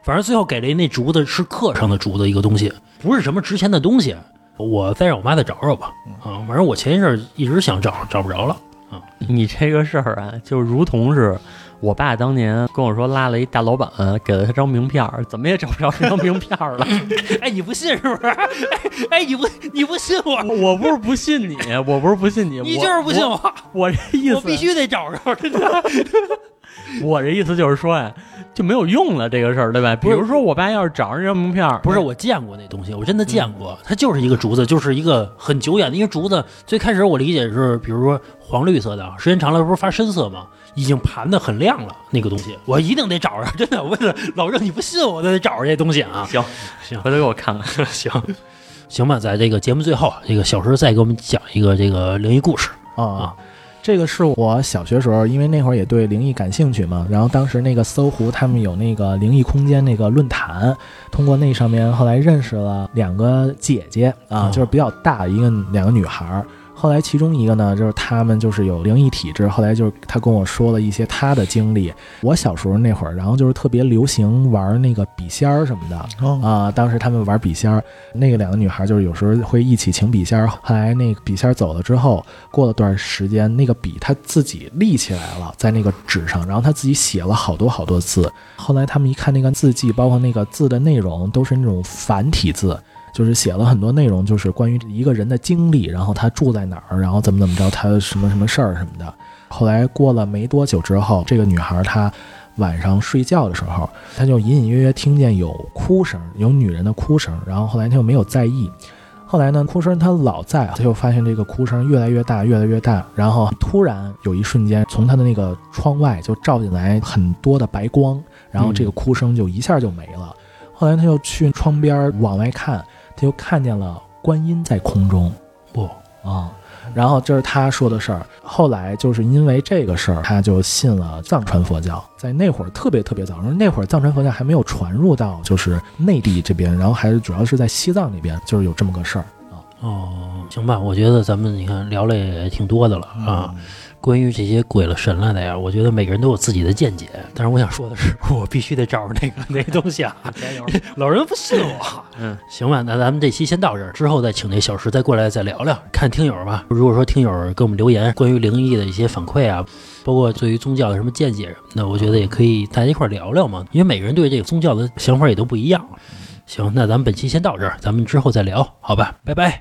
反正最后给了那竹子是刻上的竹子一个东西，不是什么值钱的东西。我再让我妈再找找吧。啊，反正我前一阵一直想找，找不着了。啊， 你这个事儿啊，就如同是我爸当年跟我说拉了一大老板，给了他张名片，怎么也找不着这张名片了。 哎，你不信是不是？哎，哎你不你不信我？ 我不是不信你，我不是不信你， 你就是不信我。 我, 我这意思， 我必须得找着，真的。 我这意思就是说呀，就没有用了这个事儿，对吧？比如说我爸要是找着这张名片， 不是我见过那东西，我真的见过，嗯、它就是一个竹子，就是一个很久远的，因为竹子最开始我理解是，比如说黄绿色的，时间长了不是发深色吗？已经盘的很亮了，那个东西我一定得找着，真的，为了老郑你不信我都得找着这东西啊！ 行行，回头给我看看， 行行吧，在这个节目最后，这个小石再给我们讲一个这个灵异故事啊。啊这个是我小学时候，因为那会儿也对灵异感兴趣嘛，然后当时那个搜狐他们有那个灵异空间那个论坛，通过那上面后来认识了两个姐姐啊，就是比较大一个两个女孩。后来其中一个呢，就是他们就是有灵异体质，后来就是他跟我说了一些他的经历。我小时候那会儿，然后就是特别流行玩那个笔仙儿什么的啊、哦呃，当时他们玩笔仙儿，那个两个女孩就是有时候会一起请笔仙儿。后来那个笔仙儿走了之后，过了段时间，那个笔她自己立起来了，在那个纸上，然后她自己写了好多好多字。后来他们一看那个字迹，包括那个字的内容，都是那种繁体字。就是写了很多内容，就是关于一个人的经历，然后他住在哪儿，然后怎么怎么着，他什么什么事儿什么的。后来过了没多久之后，这个女孩她晚上睡觉的时候，她就隐隐约约听见有哭声，有女人的哭声，然后后来她就没有在意。后来呢，哭声她老在，她就发现这个哭声越来越大，越来越大，然后突然有一瞬间，从她的那个窗外就照进来很多的白光，然后这个哭声就一下就没了。后来她就去窗边往外看。他就看见了观音在空中，不、哦、啊，然后这是他说的事儿。后来就是因为这个事儿，他就信了藏传佛教。在那会儿特别特别早，那会儿藏传佛教还没有传入到就是内地这边，然后还是主要是在西藏那边，就是有这么个事儿啊。 哦，行吧，我觉得咱们你看聊了也挺多的了啊。嗯，关于这些鬼了神了的呀，我觉得每个人都有自己的见解，但是我想说的是，我必须得找着那个那东西啊！加油，老人不信我。嗯，行吧，那咱们这期先到这儿，之后再请那小石再过来再聊聊，看听友吧。如果说听友给我们留言关于灵异的一些反馈啊，包括对于宗教的什么见解什么的，我觉得也可以大家一块聊聊嘛，因为每个人对这个宗教的想法也都不一样。行，那咱们本期先到这儿，咱们之后再聊，好吧，拜拜。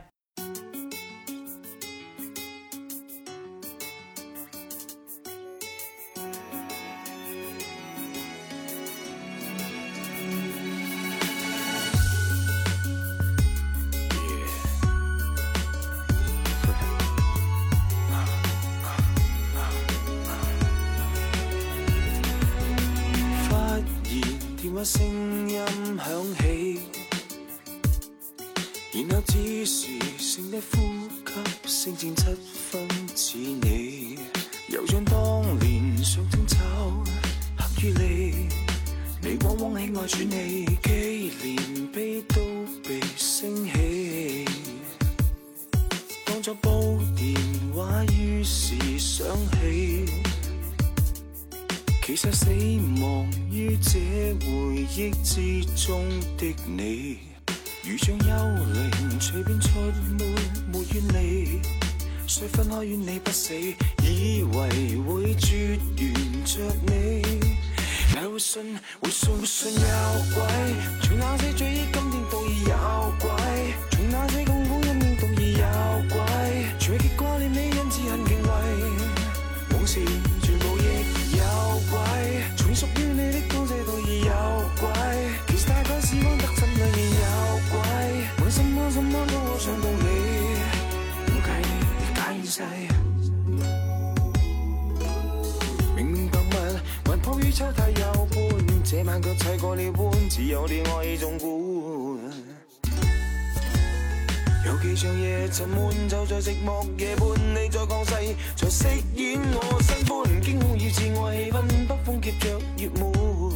聲音響起，然後只是剩低呼吸，聲線七分似你，又像當年上爭吵，刻於你，你往往喜愛喘氣，既連悲都被升起，當作煲電話於是想起。其實死亡於這回憶之中的你，如像幽靈隨便出沒，沒怨離，誰分開怨你不死，以為會絕緣着你，你會信會信會信有鬼，從那些追憶今天都已有鬼，從那些痛苦陰影都已有鬼，隨結掛念你因此很敬畏，往事全部亦有鬼，從屬於你的東西都已有鬼，其實大概是安得心裏面有鬼，問什麼什麼都我想到你，唔計你假現世，明明白物還抱於秋太有伴，這晚卻砌過了半，只有戀愛已縱觀。有幾場夜沉悶，就在寂寞夜半，你在降世，才飾演我新歡，驚恐與自愛氣氛，北風夾着月滿。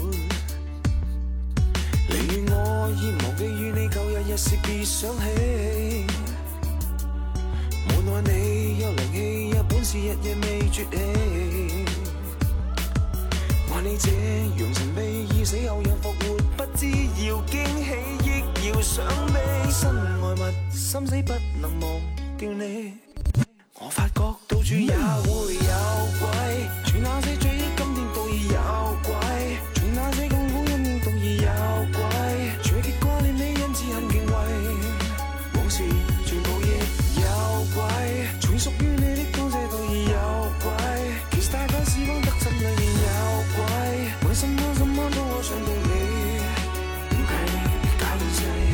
離與我已忘記與你舊日日時別想起，無奈你有靈氣，也本是日夜未絕氣，話你這樣神秘，已死後又復活，不知要驚喜，亦要想尾。身外物，心死不能忘掉你。我發覺到處也會有鬼，全那些追憶今天都已有鬼，全那些痛苦陰影都已有鬼，隨結掛念你因此很敬畏，往事全部亦有鬼，全屬於你的東西都已有鬼，其實大概時光得心裏面有鬼，為什麼什麼都我想到你，唔係假意勢。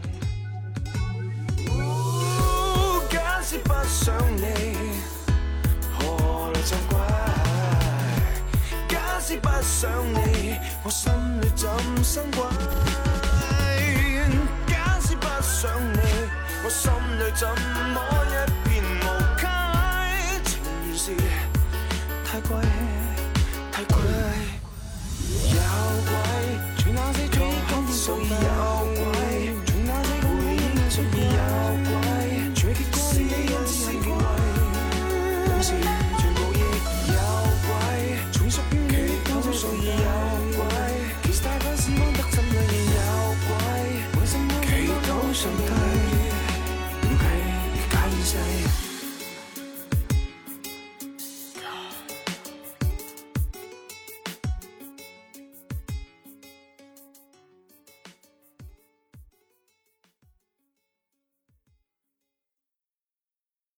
假使不想你，何來責怪？假使不想你，我心裏怎生鬼？假使不想你，我心裏怎麼一片無解？情如是太貴，太貴。有鬼，全那些追憶都已有鬼，全那些回憶都已有鬼，隨結果是你因此很敬畏，往事全部亦有鬼，全屬於你的東西都已有鬼，其實大概時光得心裏面有鬼，為什麼祈禱上帝唔係假意勢？